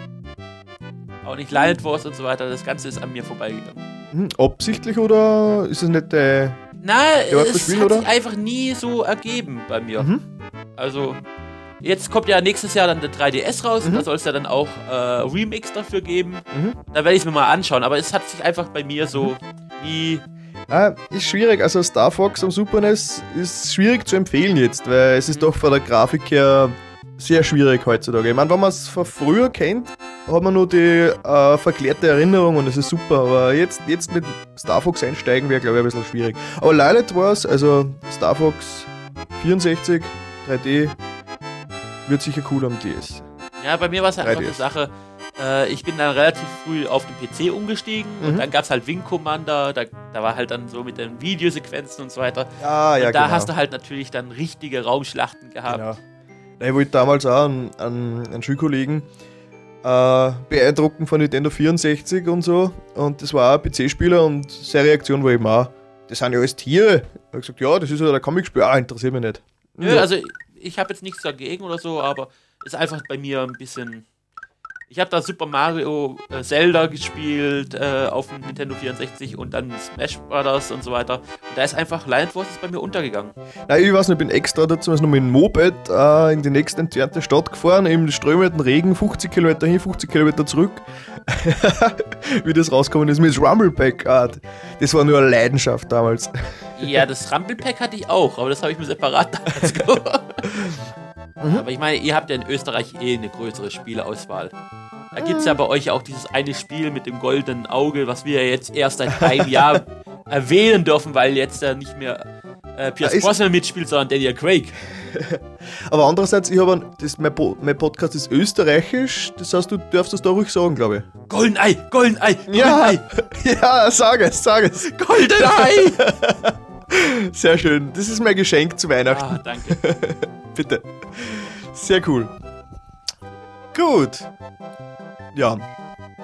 Auch nicht Lion Wars und so weiter, das Ganze ist an mir vorbeigegangen. Hm, absichtlich oder ist es nicht der. Na, Ja, das es Spiel, hat oder? sich einfach nie so ergeben bei mir. Mhm. Also, jetzt kommt ja nächstes Jahr dann der drei D S raus, Mhm. da soll es ja dann auch äh, Remix dafür geben. Mhm. Da werde ich es mir mal anschauen, aber es hat sich einfach bei mir so nie. Ah, ist schwierig, also Star Fox am Super N E S ist schwierig zu empfehlen jetzt, weil es ist doch von der Grafik her sehr schwierig heutzutage. Ich meine, wenn man es von früher kennt, hat man nur die äh, verklärte Erinnerung und es ist super, aber jetzt, jetzt mit Star Fox einsteigen wäre, glaube ich, ein bisschen schwierig. Aber Lilith war es, also Star Fox vierundsechzig, drei D, wird sicher cool am D S. Ja, bei mir war es halt einfach drei D eine S. Sache. Äh, ich bin dann relativ früh auf den P C umgestiegen Mhm. und dann gab es halt Wing Commander, da, da war halt dann so mit den Videosequenzen und so weiter. Ah, ja, und da genau. hast du halt natürlich dann richtige Raumschlachten gehabt. Genau. Ja, ich wollte damals auch einen, einen, einen Schulkollegen äh, beeindrucken von Nintendo vierundsechzig und so. Und das war auch ein P C-Spieler und seine Reaktion war eben auch, das sind ja alles Tiere. Ich habe gesagt, ja, das ist ja der Comic-Spiel. Ah, interessiert mich nicht. Nö, also ich habe jetzt nichts dagegen oder so, aber ist einfach bei mir ein bisschen. Ich habe da Super Mario äh, Zelda gespielt äh, auf dem Nintendo vierundsechzig und dann Smash Brothers und so weiter. Und da ist einfach Lion Wars ist bei mir untergegangen. Nein, ich weiß nicht, ich bin extra dazu noch mit dem Moped äh, in die nächste entfernte Stadt gefahren, im strömenden Regen, fünfzig Kilometer hin, fünfzig Kilometer zurück. Wie das rausgekommen ist mit Rumble Pack. Ah, das war nur eine Leidenschaft damals. Ja, das Rumble Pack hatte ich auch, aber das habe ich mir separat damals geholt. Aber ich meine, ihr habt ja in Österreich eh eine größere Spieleauswahl. Da gibt es ja bei euch auch dieses eine Spiel mit dem goldenen Auge, was wir ja jetzt erst seit einem Jahr erwähnen dürfen, weil jetzt ja nicht mehr äh, Pierce Ah, ist- Brosnan mitspielt, sondern Daniel Craig. Aber andererseits, ich habe ein- das, mein, Po- mein Podcast ist österreichisch, das heißt, du darfst das da ruhig sagen, glaube ich. Goldenei, Goldenei, Ja, Goldenei, ja, sag es, sag es. Goldenei! Sehr schön. Das ist mein Geschenk zu Weihnachten. Ah, danke. Bitte. Sehr cool. Gut. Ja.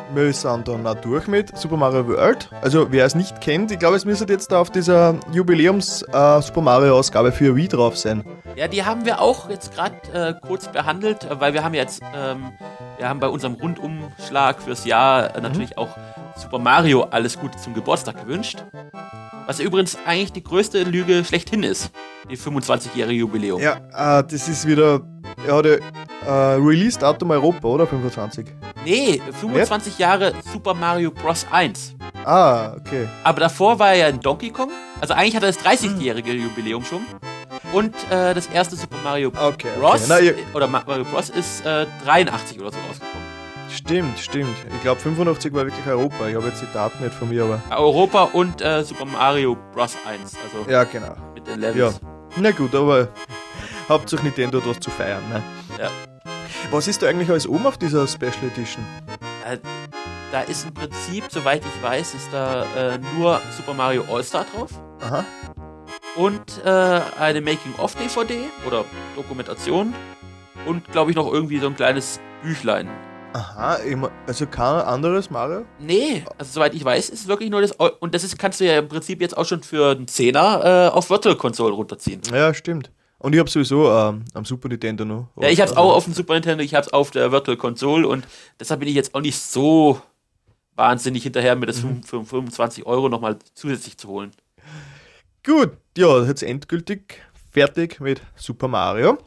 wir sind dann auch durch mit Super Mario World. Also wer es nicht kennt, ich glaube, es müsste jetzt da auf dieser Jubiläums-Super Mario-Ausgabe für Wii drauf sein. Ja, die haben wir auch jetzt gerade äh, kurz behandelt, äh, weil wir haben jetzt, ähm, wir haben bei unserem Rundumschlag fürs Jahr äh, natürlich mhm. auch Super Mario alles Gute zum Geburtstag gewünscht. Was übrigens eigentlich die größte Lüge schlechthin ist, die fünfundzwanzigjährige Jubiläum. Ja, äh, das ist wieder, ja, der äh, Release-Datum Europa, oder? fünfundzwanzig? Nee, fünfundzwanzig ja? Jahre Super Mario Bros. eins. Ah, okay. Aber davor war er ja in Donkey Kong. Also eigentlich hat er das dreißigjährige Jubiläum schon. Und äh, das erste Super Mario okay, Bros. Okay. Na, ihr... oder Mario Bros. Ist äh, dreiundachtzig oder so rausgekommen. Stimmt, stimmt. Ich glaube fünfundachtzig war wirklich Europa. Ich habe jetzt die Daten nicht von mir, aber... Europa und äh, Super Mario Bros. eins. Also ja, genau. Mit den Levels. Ja. Na gut, aber Hauptsache Nintendo hat was zu feiern, ne? Ja. Was ist da eigentlich alles oben auf dieser Special Edition? Äh, da ist im Prinzip, soweit ich weiß, ist da äh, nur Super Mario All-Star drauf. Aha. Und äh, eine Making-of-D V D oder Dokumentation. Und, glaube ich, noch irgendwie so ein kleines Büchlein. Aha, also kein anderes Mario? Nee, also soweit ich weiß, ist wirklich nur das. Und das ist, kannst du ja im Prinzip jetzt auch schon für einen Zehner äh, auf Virtual Console runterziehen. Ja, stimmt. Und ich habe sowieso ähm, am Super Nintendo noch. Ja, ich hab's auch auf dem Super Nintendo, ich hab's auf der Virtual Console und deshalb bin ich jetzt auch nicht so wahnsinnig hinterher, mir das mhm. für fünfundzwanzig Euro nochmal zusätzlich zu holen. Gut, ja, jetzt endgültig fertig mit Super Mario.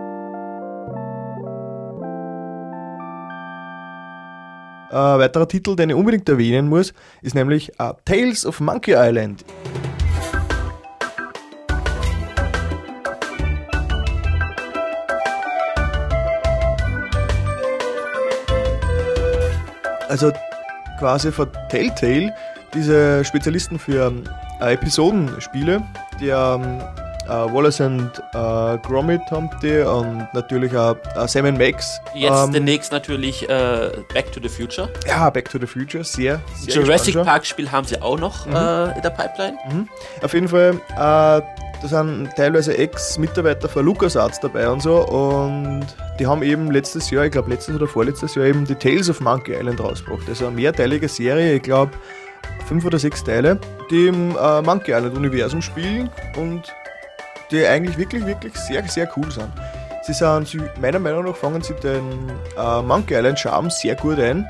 Ein weiterer Titel, den ich unbedingt erwähnen muss, ist nämlich uh, Tales of Monkey Island. Also quasi von Telltale, diese Spezialisten für äh, Episodenspiele, die ähm, äh, Wallace and äh, Gromit haben die und natürlich auch äh, Sam and Max. Jetzt ähm, demnächst natürlich äh, Back to the Future. Ja, Back to the Future, sehr, sehr Jurassic Park Spiel haben sie auch noch mhm. äh, in der Pipeline. Mhm. Auf jeden Fall, äh, da sind teilweise Ex-Mitarbeiter von LucasArts dabei und so und die haben eben letztes Jahr, ich glaube letztes oder vorletztes Jahr eben die Tales of Monkey Island rausgebracht. Also eine mehrteilige Serie, ich glaube fünf oder sechs Teile, die im äh, Monkey Island Universum spielen und die eigentlich wirklich, wirklich sehr, sehr cool sind. Sie sind, sie, meiner Meinung nach fangen sie den äh, Monkey Island Charme sehr gut ein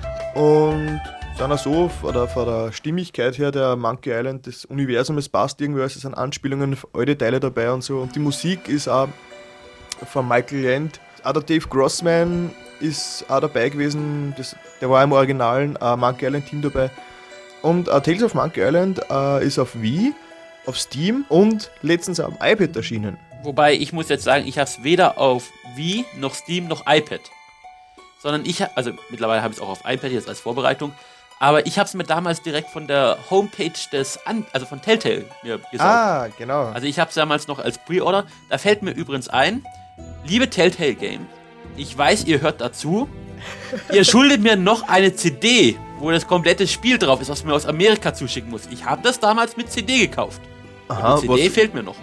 und sind auch so von der, von der Stimmigkeit her der Monkey Island des Universums passt irgendwie, also es sind Anspielungen auf alte Teile dabei und so und die Musik ist auch von Michael Land. Auch der Dave Grossman ist auch dabei gewesen, das, der war im originalen äh, Monkey Island Team dabei und äh, Tales of Monkey Island äh, ist auf Wii, auf Steam und letztens am iPad erschienen. Wobei, ich muss jetzt sagen, ich habe es weder auf Wii, noch Steam, noch iPad. Sondern ich habe, also mittlerweile habe ich es auch auf iPad jetzt als Vorbereitung, aber ich habe es mir damals direkt von der Homepage des, An- also von Telltale mir gesaugt. Ah, genau. Also ich habe es damals noch als Pre-Order. Da fällt mir übrigens ein, liebe Telltale Game, ich weiß, ihr hört dazu, ihr schuldet mir noch eine C D, wo das komplette Spiel drauf ist, was mir aus Amerika zuschicken muss. Ich habe das damals mit C D gekauft. Aha, die C D was, fehlt mir noch.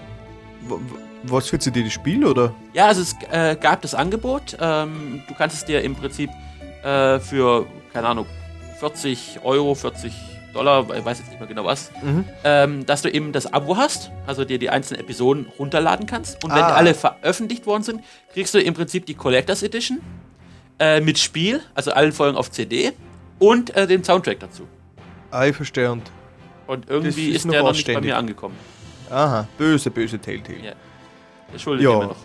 Was für C D, das Spiel, oder? Ja, also es äh, gab das Angebot. Ähm, du kannst es dir im Prinzip äh, für, keine Ahnung, vierzig Euro, vierzig Dollar, ich weiß jetzt nicht mehr genau was, mhm. ähm, dass du eben das Abo hast, also dir die einzelnen Episoden runterladen kannst. Und wenn ah. alle veröffentlicht worden sind, kriegst du im Prinzip die Collectors Edition äh, mit Spiel, also allen Folgen auf C D und äh, den Soundtrack dazu. Ah, ich verstehe. Und, und irgendwie ist ist noch der noch nicht ausständig. bei mir angekommen. Aha, böse, böse Telltale. Ja. Der schuldet ja. mir noch.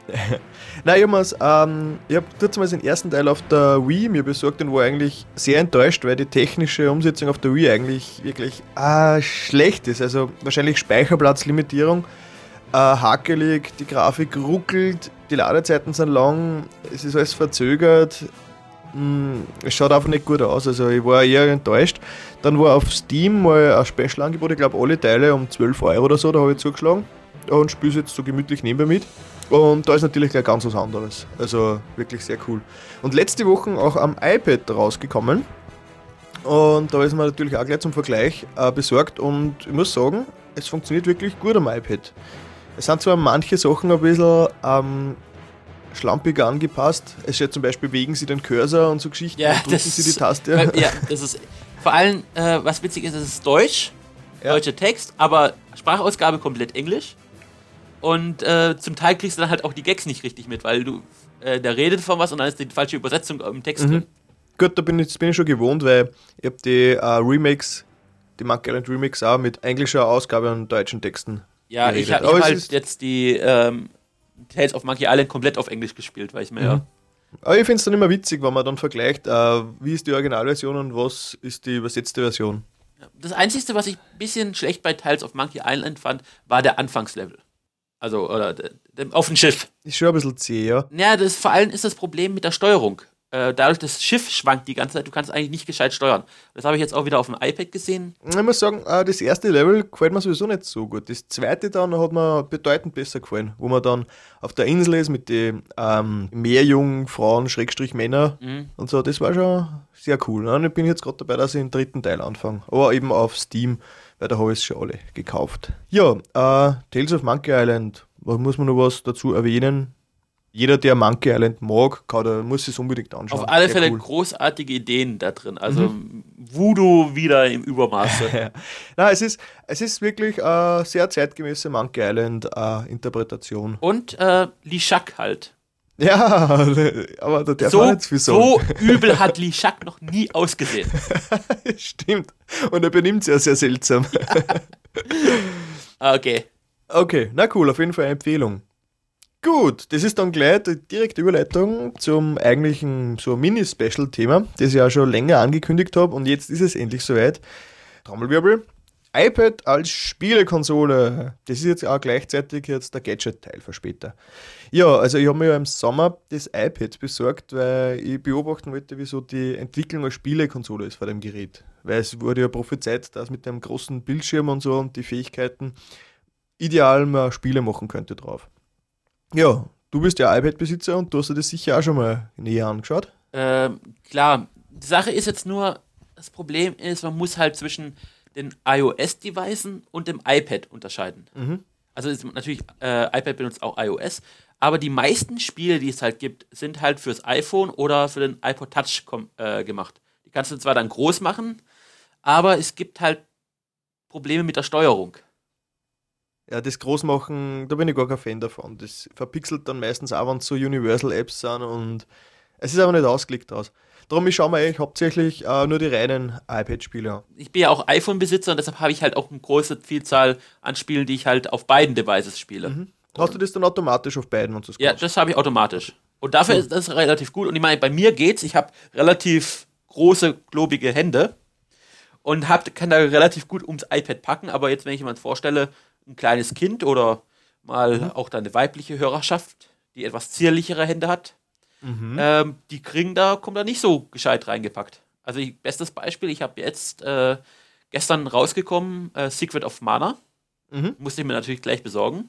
Nein, ich habe ähm, hab mal den ersten Teil auf der Wii mir besorgt und war eigentlich sehr enttäuscht, weil die technische Umsetzung auf der Wii eigentlich wirklich ah, schlecht ist. Also wahrscheinlich Speicherplatzlimitierung, äh, hakelig, die Grafik ruckelt, die Ladezeiten sind lang, es ist alles verzögert. Mh, es schaut einfach nicht gut aus, also ich war eher enttäuscht. Dann war auf Steam mal ein Special-Angebot, ich glaube alle Teile um zwölf Euro oder so, da habe ich zugeschlagen und spiele es jetzt so gemütlich nebenbei mit. Und da ist natürlich gleich ganz was anderes. Also wirklich sehr cool. Und letzte Woche auch am iPad rausgekommen. Und da ist mir natürlich auch gleich zum Vergleich äh, besorgt. Und ich muss sagen, es funktioniert wirklich gut am iPad. Es sind zwar manche Sachen ein bisschen ähm, schlampiger angepasst. Es steht zum Beispiel, bewegen Sie den Cursor und so Geschichten Ja, und drücken das Sie die ist- Taste. Ja, das ist vor allem, äh, was witzig ist, es ist Deutsch, Ja. deutscher Text, aber Sprachausgabe komplett Englisch. Und äh, zum Teil kriegst du dann halt auch die Gags nicht richtig mit, weil du, äh, der redet von was und dann ist die falsche Übersetzung im Text Mhm. drin. Gut, da bin ich, das bin ich schon gewohnt, weil ich habe die äh, Remakes, die Monkey Island Remakes auch mit englischer Ausgabe und deutschen Texten. Ja, geredet. ich habe Aber hab es halt ist- jetzt die ähm, Tales of Monkey Island komplett auf Englisch gespielt, weil ich mir Mhm. ja. Aber ich finde es dann immer witzig, wenn man dann vergleicht, äh, wie ist die Originalversion und was ist die übersetzte Version. Das Einzige, was ich ein bisschen schlecht bei Tales of Monkey Island fand, war der Anfangslevel. Also, oder de, de, auf dem Schiff. Ist schon ein bisschen zäh, ja. Ja, das, vor allem ist das Problem mit der Steuerung. Äh, dadurch, das Schiff schwankt die ganze Zeit, du kannst eigentlich nicht gescheit steuern. Das habe ich jetzt auch wieder auf dem iPad gesehen. Ich muss sagen, äh, das erste Level gefällt mir sowieso nicht so gut. Das zweite dann hat mir bedeutend besser gefallen, wo man dann auf der Insel ist mit den ähm, Meerjungen, Frauen, Schrägstrich Männer Mhm. und so. Das war schon sehr cool. Ne? Und ich bin jetzt gerade dabei, dass ich den dritten Teil anfange. Aber eben auf Steam, weil da habe ich es schon alle gekauft. Ja, äh, Tales of Monkey Island. Was muss man noch was dazu erwähnen? Jeder, der Monkey Island mag, kann, der muss es unbedingt anschauen. Auf alle Sehr Fälle cool. großartige Ideen da drin. Also Voodoo wieder im Übermaße. Ja. Nein, es ist, es ist wirklich eine sehr zeitgemäße Monkey Island-Interpretation. Und äh, Lishak halt. Ja, aber da darf man So, nicht zu viel sagen. so übel hat Lishak noch nie ausgesehen. Stimmt. Und er benimmt sich ja sehr seltsam. Okay. Okay, na cool, auf jeden Fall eine Empfehlung. Gut, das ist dann gleich die direkte Überleitung zum eigentlichen so Mini-Special-Thema, das ich ja schon länger angekündigt habe und jetzt ist es endlich soweit. Trommelwirbel. iPad als Spielekonsole. Das ist jetzt auch gleichzeitig jetzt der Gadget-Teil für später. Ja, also ich habe mir ja im Sommer das iPad besorgt, weil ich beobachten wollte, wieso die Entwicklung als Spielekonsole ist vor dem Gerät. Weil es wurde ja prophezeit, dass mit dem großen Bildschirm und so und die Fähigkeiten ideal man Spiele machen könnte drauf. Ja, du bist ja iPad-Besitzer und du hast dir das sicher auch schon mal näher angeschaut. Ähm, klar, die Sache ist jetzt nur, das Problem ist, man muss halt zwischen den iOS-Devices und dem iPad unterscheiden. Mhm. Also ist natürlich, äh, iPad benutzt auch iOS, aber die meisten Spiele, die es halt gibt, sind halt fürs iPhone oder für den iPod Touch kom- äh, gemacht. Die kannst du zwar dann groß machen, aber es gibt halt Probleme mit der Steuerung. Ja, das Großmachen, da bin ich gar kein Fan davon. Das verpixelt dann meistens auch, wenn es so Universal-Apps sind und es ist aber nicht ausgelegt aus. Darum, ich schaue mir eigentlich hauptsächlich äh, nur die reinen iPad-Spiele an. Ich bin ja auch iPhone-Besitzer und deshalb habe ich halt auch eine große Vielzahl an Spielen, die ich halt auf beiden Devices spiele. Hast du das dann automatisch auf beiden und so? Ja, das habe ich automatisch. Und dafür ist das relativ gut. Und ich meine, bei mir geht's. Ich habe relativ große, globige Hände und hab, kann da relativ gut ums iPad packen. Aber jetzt, wenn ich jemand vorstelle, ein kleines Kind oder mal auch dann eine weibliche Hörerschaft, die etwas zierlichere Hände hat, ähm, die kriegen da, kommt da nicht so gescheit reingepackt. Also, ich, bestes Beispiel, ich habe jetzt äh, gestern rausgekommen, äh, Secret of Mana. Mhm. Musste ich mir natürlich gleich besorgen.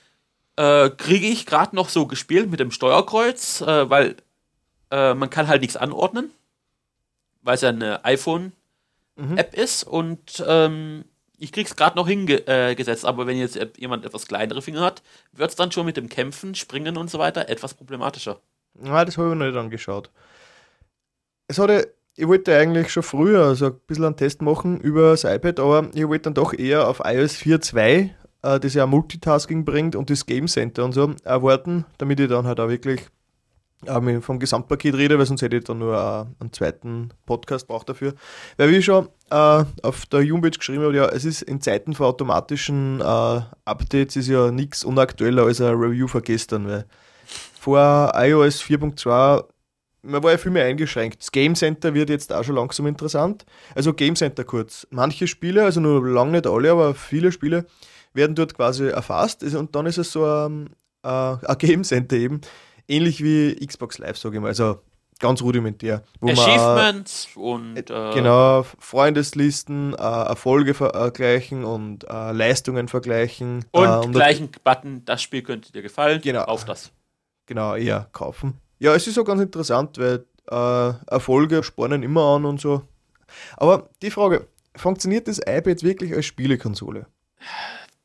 Äh, kriege ich gerade noch so gespielt mit dem Steuerkreuz, äh, weil äh, man kann halt nichts anordnen, weil es ja eine iPhone-App ist und ähm, ich krieg's gerade noch hingesetzt, aber wenn jetzt jemand etwas kleinere Finger hat, wird es dann schon mit dem Kämpfen, Springen und so weiter etwas problematischer. Nein, das habe ich noch nicht angeschaut. Es hatte, ich wollte eigentlich schon früher so ein bisschen einen Test machen über das iPad, aber ich wollte dann doch eher auf iOS vier Punkt zwei, äh, das ja Multitasking bringt und das Game Center und so, erwarten, damit ich dann halt auch wirklich äh, vom Gesamtpaket rede, weil sonst hätte ich dann nur äh, einen zweiten Podcast braucht dafür. Weil wie ich schon äh, auf der Homepage geschrieben habe, ja, es ist in Zeiten von automatischen äh, Updates ist ja nichts unaktueller als ein Review von gestern, weil vor iOS vier Punkt zwei, man war ja viel mehr eingeschränkt. Das Game Center wird jetzt auch schon langsam interessant. Also Game Center kurz. Manche Spiele, also nur lange nicht alle, aber viele Spiele werden dort quasi erfasst. Und dann ist es so ein, äh, ein Game Center eben, ähnlich wie Xbox Live, sage ich mal. Also ganz rudimentär. Wo Achievements man, und äh, genau, Freundeslisten, äh, Erfolge vergleichen und äh, Leistungen vergleichen. und äh, und gleichen Button, das Spiel könnte dir gefallen, Genau. auf das. Genau, eher kaufen. Ja, es ist auch ganz interessant, weil äh, Erfolge spornen immer an und so. Aber die Frage, funktioniert das iPad wirklich als Spielekonsole?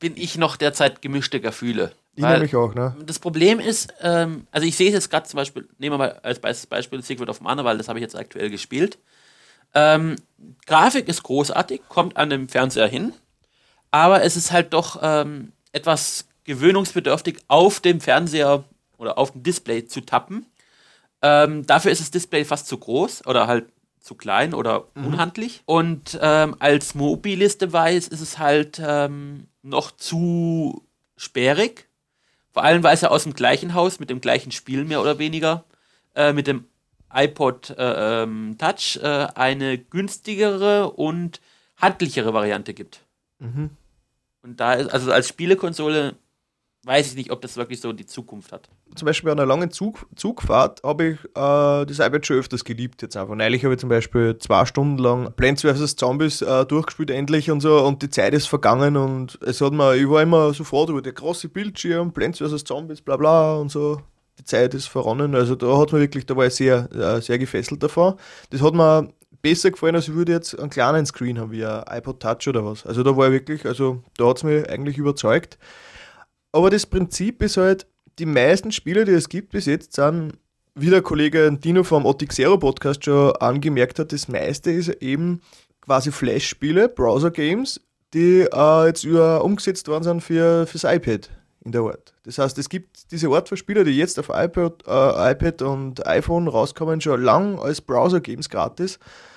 bin ich noch derzeit gemischte Gefühle. Ich Weil nämlich auch, ne? Das Problem ist, ähm, also ich sehe es jetzt gerade zum Beispiel, nehmen wir mal als Be- Beispiel Secret of Mana, weil das habe ich jetzt aktuell gespielt. Ähm, Grafik ist großartig, kommt an dem Fernseher hin, aber es ist halt doch ähm, etwas gewöhnungsbedürftig, auf dem Fernseher oder auf dem Display zu tappen. Ähm, dafür ist das Display fast zu groß oder halt zu klein oder mhm. unhandlich. Und ähm, als mobiles Device ist es halt ähm, noch zu sperrig. Vor allem, weil es ja aus dem gleichen Haus mit dem gleichen Spiel mehr oder weniger äh, mit dem iPod äh, ähm, Touch äh, eine günstigere und handlichere Variante gibt. Mhm. Und da ist, also als Spielekonsole weiß ich nicht, ob das wirklich so die Zukunft hat. Zum Beispiel bei einer langen Zug, Zugfahrt habe ich äh, das iPad schon öfters geliebt jetzt einfach. Neulich habe ich zum Beispiel zwei Stunden lang Plants versus. Zombies äh, durchgespielt endlich und so und die Zeit ist vergangen und es hat mir, ich war immer sofort über der große Bildschirm, Plants versus. Zombies, bla bla und so. Die Zeit ist verronnen, also da hat man wirklich, da war ich sehr, äh, sehr gefesselt davon. Das hat mir besser gefallen, als ich würde jetzt einen kleinen Screen haben, wie ein iPod Touch oder was. Also da war ich wirklich, also da hat es mich eigentlich überzeugt. Aber das Prinzip ist halt, die meisten Spiele, die es gibt bis jetzt, sind, wie der Kollege Dino vom Otixero Podcast schon angemerkt hat, das meiste ist eben quasi Flash-Spiele, Browser-Games, die äh, jetzt über, umgesetzt worden sind für fürs iPad in der Art. Das heißt, es gibt diese Art von Spielen, die jetzt auf iPad, äh, iPad und iPhone rauskommen, schon lang als Browser-Games gratis.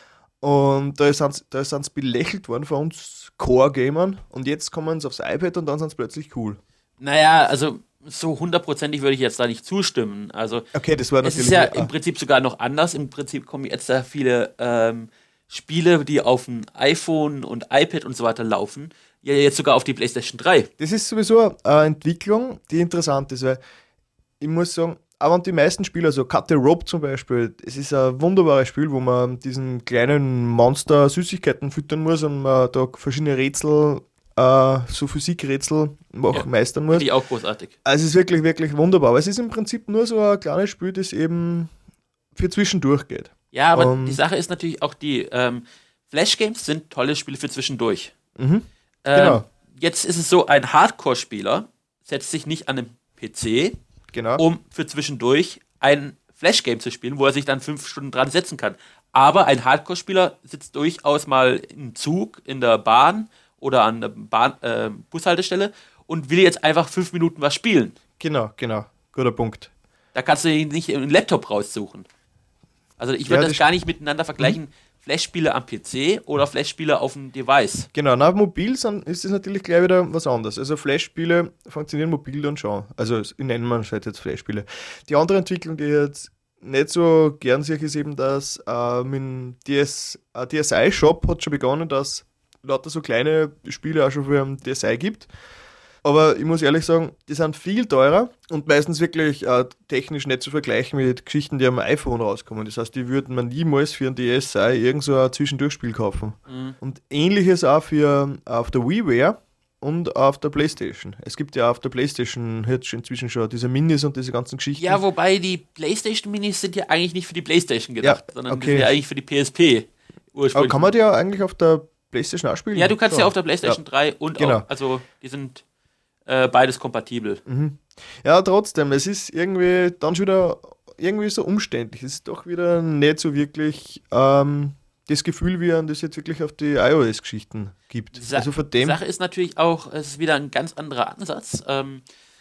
Und da sind da sind's belächelt worden von uns Core-Gamern und jetzt kommen sie aufs iPad und dann sind sie plötzlich cool. Naja, also so hundertprozentig würde ich jetzt da nicht zustimmen. Also okay, das war es natürlich ist ja ah. im Prinzip sogar noch anders. Im Prinzip kommen jetzt da viele ähm, Spiele, die auf dem iPhone und iPad und so weiter laufen, ja jetzt sogar auf die PlayStation drei. Das ist sowieso eine Entwicklung, die interessant ist, weil ich muss sagen, aber die meisten Spiele, also Cut the Rope zum Beispiel, es ist ein wunderbares Spiel, wo man diesen kleinen Monster Süßigkeiten füttern muss und man da verschiedene Rätsel Uh, so Physikrätsel mach, ja, meistern muss. Finde ich auch großartig. Also es ist wirklich, wirklich wunderbar. Aber es ist im Prinzip nur so ein kleines Spiel, das eben für zwischendurch geht. Ja, aber um, die Sache ist natürlich auch die, ähm, Flash-Games sind tolle Spiele für zwischendurch. Mhm, ähm, genau. Jetzt ist es so, ein Hardcore-Spieler setzt sich nicht an den P C, genau. um für zwischendurch ein Flash-Game zu spielen, wo er sich dann fünf Stunden dran setzen kann. Aber ein Hardcore-Spieler sitzt durchaus mal im Zug, in der Bahn oder an der Bahn, äh, Bushaltestelle und will jetzt einfach fünf Minuten was spielen. Genau, genau. Guter Punkt. Da kannst du ihn nicht im Laptop raussuchen. Also ich würde ja, das, das gar nicht miteinander vergleichen, mhm. Flash-Spiele am P C oder Flash-Spiele auf dem Device. Genau, na, mobil sind, ist das natürlich gleich wieder was anderes. Also Flash-Spiele funktionieren mobil dann schon. Also ich nenne man halt jetzt Flash-Spiele. Die andere Entwicklung, die ich jetzt nicht so gern sehe, ist eben, dass äh, mit D S, äh, D S I-Shop hat schon begonnen, dass lauter so kleine Spiele auch schon für einen D S I gibt. Aber ich muss ehrlich sagen, die sind viel teurer und meistens wirklich äh, technisch nicht zu vergleichen mit Geschichten, die am iPhone rauskommen. Das heißt, die würden man niemals für ein D S I irgend so ein Zwischendurchspiel kaufen. Mhm. Und ähnliches auch für auf der WiiWare und auf der PlayStation. Es gibt ja auf der PlayStation jetzt inzwischen schon diese Minis und diese ganzen Geschichten. Ja, wobei die PlayStation-Minis sind ja eigentlich nicht für die PlayStation gedacht, ja, sondern okay. die sind ja eigentlich für die P S P ursprünglich. Aber kann man die ja eigentlich auf der PlayStation auch spielen? Ja, du kannst so. ja auf der PlayStation ja. drei und genau. auch, also die sind äh, beides kompatibel. Mhm. Ja, trotzdem, es ist irgendwie dann schon wieder irgendwie so umständlich. Es ist doch wieder nicht so wirklich ähm, das Gefühl, wie man das jetzt wirklich auf die iOS-Geschichten gibt. Sa- also von dem Sache ist natürlich auch, es ist wieder ein ganz anderer Ansatz. Ähm,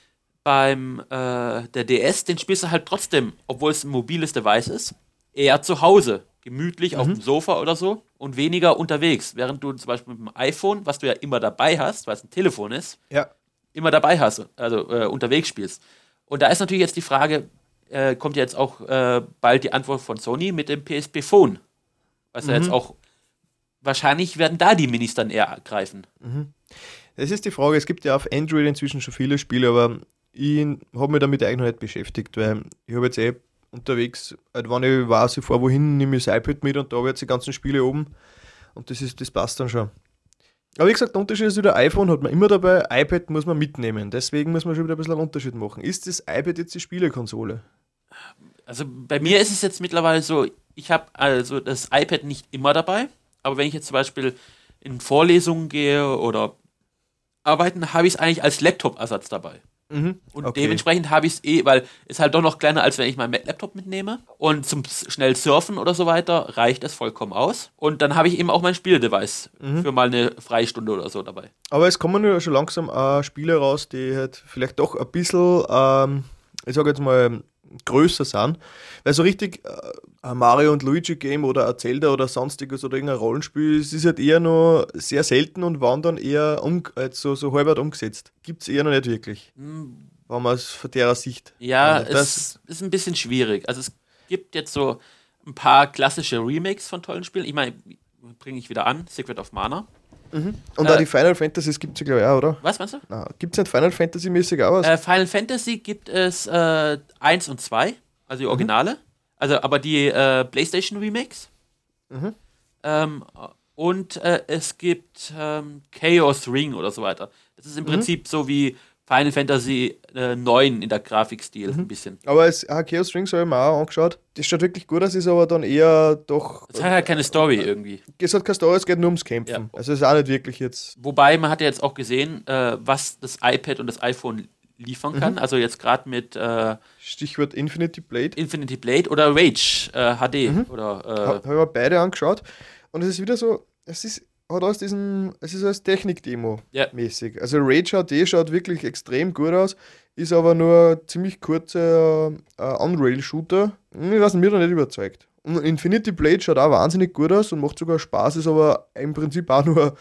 beim äh, der D S, den spielst du halt trotzdem, obwohl es ein mobiles Device ist, eher zu Hause. Gemütlich mhm. auf dem Sofa oder so und weniger unterwegs. Während du zum Beispiel mit dem iPhone, was du ja immer dabei hast, weil es ein Telefon ist, ja. immer dabei hast, also äh, unterwegs spielst. Und da ist natürlich jetzt die Frage, äh, kommt jetzt auch äh, bald die Antwort von Sony mit dem P S P Phone. Was mhm. ja jetzt auch, wahrscheinlich werden da die Minis dann eher greifen. Mhm. Das ist die Frage, es gibt ja auf Android inzwischen schon viele Spiele, aber ich habe mich damit eigentlich noch nicht beschäftigt, weil ich habe jetzt eh unterwegs, halt, wenn ich weiß, ich fahre wohin, nehme ich das iPad mit und da habe ich jetzt die ganzen Spiele oben und das, ist, das passt dann schon. Aber wie gesagt, der Unterschied ist wieder, iPhone hat man immer dabei, iPad muss man mitnehmen, deswegen muss man schon wieder ein bisschen einen Unterschied machen. Ist das iPad jetzt die Spielekonsole? Also bei mir ist es jetzt mittlerweile so, ich habe also das iPad nicht immer dabei, aber wenn ich jetzt zum Beispiel in Vorlesungen gehe oder arbeiten, habe ich es eigentlich als Laptop-Ersatz dabei. Mhm. Und Okay. dementsprechend habe ich es eh, weil es halt doch noch kleiner, als wenn ich meinen Laptop mitnehme. Und zum s- schnell surfen oder so weiter reicht es vollkommen aus. Und dann habe ich eben auch mein Spieledevice Mhm. für mal eine Freistunde oder so dabei. Aber es kommen ja schon langsam auch Spiele raus, die halt vielleicht doch ein bisschen, ähm, ich sage jetzt mal, größer sind. Weil so richtig äh, ein Mario und Luigi Game oder ein Zelda oder sonstiges oder irgendein Rollenspiel, es ist halt eher noch sehr selten und wann dann eher um, halt so, so halbert umgesetzt. Gibt es eher noch nicht wirklich, wenn man es von der Sicht. Ja, handelt. Das, es ist ein bisschen schwierig. Also es gibt jetzt so ein paar klassische Remakes von tollen Spielen. Ich meine, bringe ich wieder an, Secret of Mana. und äh, auch die Final Fantasies gibt es ja, glaube ich, auch, oder? Was meinst du? Gibt es nicht Final Fantasy-mäßig auch was? Äh, Final Fantasy gibt es äh, eins und zwei, also die Originale. Also aber die äh, PlayStation Remakes. Mhm. Ähm, und äh, es gibt ähm, Chaos Ring oder so weiter. Das ist im Prinzip so wie Final Fantasy äh, neun in der Grafikstil ein bisschen. Aber es, ah, Chaos Rings habe ich mir auch angeschaut. Das schaut wirklich gut aus, ist aber dann eher doch. Es hat halt keine Story irgendwie. Es hat keine Story, es geht nur ums Kämpfen. Ja. Also es ist auch nicht wirklich jetzt. Wobei man hat ja jetzt auch gesehen, äh, was das iPad und das iPhone liefern kann. Also jetzt gerade mit äh, Stichwort Infinity Blade. Infinity Blade oder Rage äh, H D oder Ha- äh, Habe ich mir beide angeschaut. Und es ist wieder so, es ist, hat aus diesen, es ist als Technik-Demo Ja. mäßig. Also Rage H D schaut wirklich extrem gut aus, ist aber nur ein ziemlich kurzer äh, Unrail-Shooter. Ich weiß nicht, mir da nicht überzeugt. Und Infinity Blade schaut auch wahnsinnig gut aus und macht sogar Spaß, ist aber im Prinzip auch nur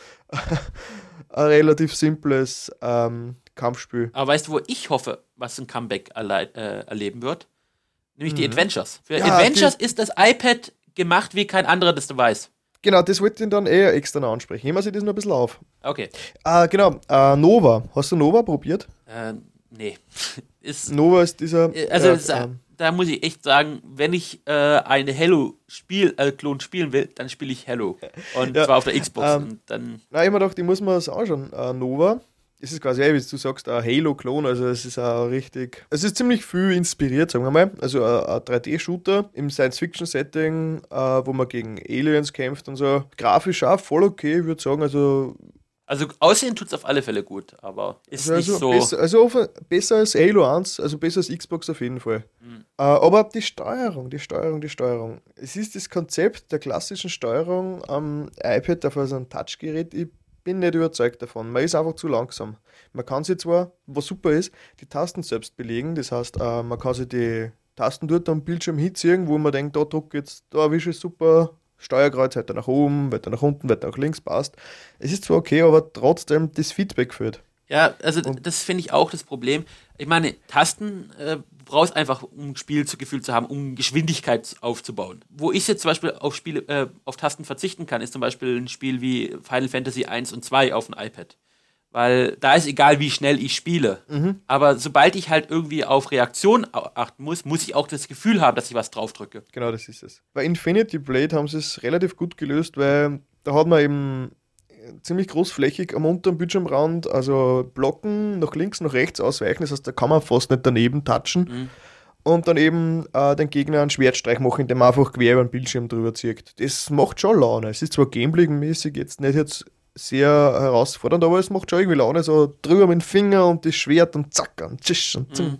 ein relativ simples ähm, Kampfspiel. Aber weißt du, wo ich hoffe, was ein Comeback erlei- äh, erleben wird? Nämlich die Adventures. Für Ja, Adventures ist das iPad gemacht wie kein anderer das Device. Genau, das wollte ich dann eher extra noch ansprechen. Nehmen wir sich das noch ein bisschen auf. Okay. Ah, genau, äh, Nova. Hast du Nova probiert? Äh, nee. ist, Nova ist dieser. äh, also äh, es, ähm, da muss ich echt sagen, wenn ich äh, eine Halo-Spiel, äh, Klon spielen will, dann spiele ich Halo. Und Ja, zwar auf der Xbox. ähm, und dann, Nein, ich hab mir gedacht, ich muss mir das anschauen. Äh, Nova, das ist quasi, wie du sagst, ein Halo-Klon, also es ist auch richtig, es ist ziemlich viel inspiriert, sagen wir mal. Also ein, ein drei D-Shooter im Science-Fiction-Setting, äh, wo man gegen Aliens kämpft und so. Grafisch auch voll okay, ich würde sagen, also, also aussehen tut es auf alle Fälle gut, aber ist also, nicht so. besser, also offen- besser als Halo eins, also besser als Xbox auf jeden Fall. Äh, aber die Steuerung, die Steuerung, die Steuerung. Es ist das Konzept der klassischen Steuerung am iPad auf so einem Touchgerät. Ich bin nicht überzeugt davon. Man ist einfach zu langsam. Man kann sich zwar, was super ist, die Tasten selbst belegen. Das heißt, äh, man kann sich die Tasten dort am Bildschirm hinziehen, wo man denkt, da drücke jetzt, da erwische ich super. Steuerkreuz, weiter nach oben, weiter nach unten, weiter nach links, passt. Es ist zwar okay, aber trotzdem das Feedback fehlt. Ja, also d- das finde ich auch das Problem. Ich meine, Tasten äh, brauchst einfach, um ein Spiel zu Gefühl zu haben, um Geschwindigkeit aufzubauen. Wo ich jetzt zum Beispiel auf Spiele, äh, auf Tasten verzichten kann, ist zum Beispiel ein Spiel wie Final Fantasy eins und zwei auf dem iPad. Weil da ist egal, wie schnell ich spiele. Aber sobald ich halt irgendwie auf Reaktion au- achten muss, muss ich auch das Gefühl haben, dass ich was draufdrücke. Genau, das ist es. Bei Infinity Blade haben sie es relativ gut gelöst, weil da hat man eben ziemlich großflächig am unteren Bildschirmrand, also blocken, nach links, nach rechts ausweichen, das heißt, da kann man fast nicht daneben touchen. Und dann eben äh, den Gegner einen Schwertstreich machen, indem man einfach quer über den Bildschirm drüber zieht. Das macht schon Laune. Es ist zwar gameplay-mäßig jetzt nicht jetzt sehr herausfordernd, aber es macht schon irgendwie Laune, so drüber mit dem Finger und das Schwert und zack und tschisch und zung.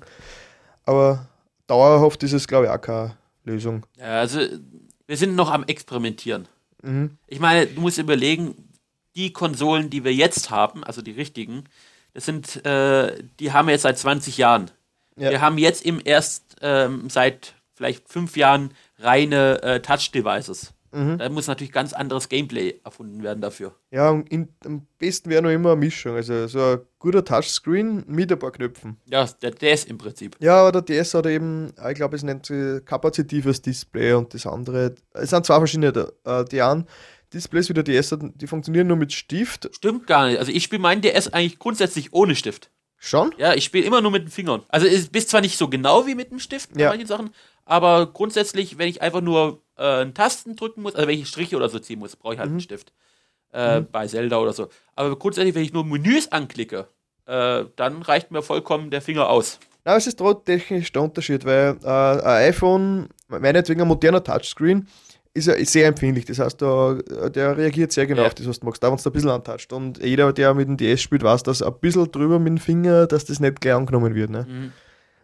Aber dauerhaft ist es, glaube ich, auch keine Lösung. Ja, also wir sind noch am Experimentieren. Mhm. Ich meine, du musst überlegen, die Konsolen, die wir jetzt haben, also die richtigen, das sind, äh, die haben wir jetzt seit zwanzig Jahren. Ja. Wir haben jetzt im erst ähm, seit vielleicht fünf Jahren reine äh, Touch-Devices. Mhm. Da muss natürlich ganz anderes Gameplay erfunden werden dafür. Ja, und in, am besten wäre noch immer eine Mischung. Also so ein guter Touchscreen mit ein paar Knöpfen. Ja, der D S im Prinzip. Ja, aber der D S hat eben, ich glaube, es nennt sich kapazitives Display und das andere, es sind zwei verschiedene. äh, Die einen Displays wie der D S, hat, die funktionieren nur mit Stift. Stimmt gar nicht. Also ich spiele meinen D S eigentlich grundsätzlich ohne Stift. Schon? Ja, ich spiele immer nur mit den Fingern. Also es bist zwar nicht so genau wie mit dem Stift bei Ja. manchen Sachen, aber grundsätzlich, wenn ich einfach nur äh, einen Tasten drücken muss, also wenn ich Striche oder so ziehen muss, brauche ich halt einen Stift. Äh, Bei Zelda oder so. Aber grundsätzlich, wenn ich nur Menüs anklicke, äh, dann reicht mir vollkommen der Finger aus. Nein, es ist trotzdem technisch der Unterschied, weil äh, ein iPhone, meinetwegen ein moderner Touchscreen, ist ja sehr empfindlich. Das heißt, da, der reagiert sehr genau Ja. auf das, was du machst, da wenn es da ein bisschen antatscht. Und jeder, der mit dem D S spielt, weiß, dass ein bisschen drüber mit dem Finger, dass das nicht gleich angenommen wird. Ne? Mhm.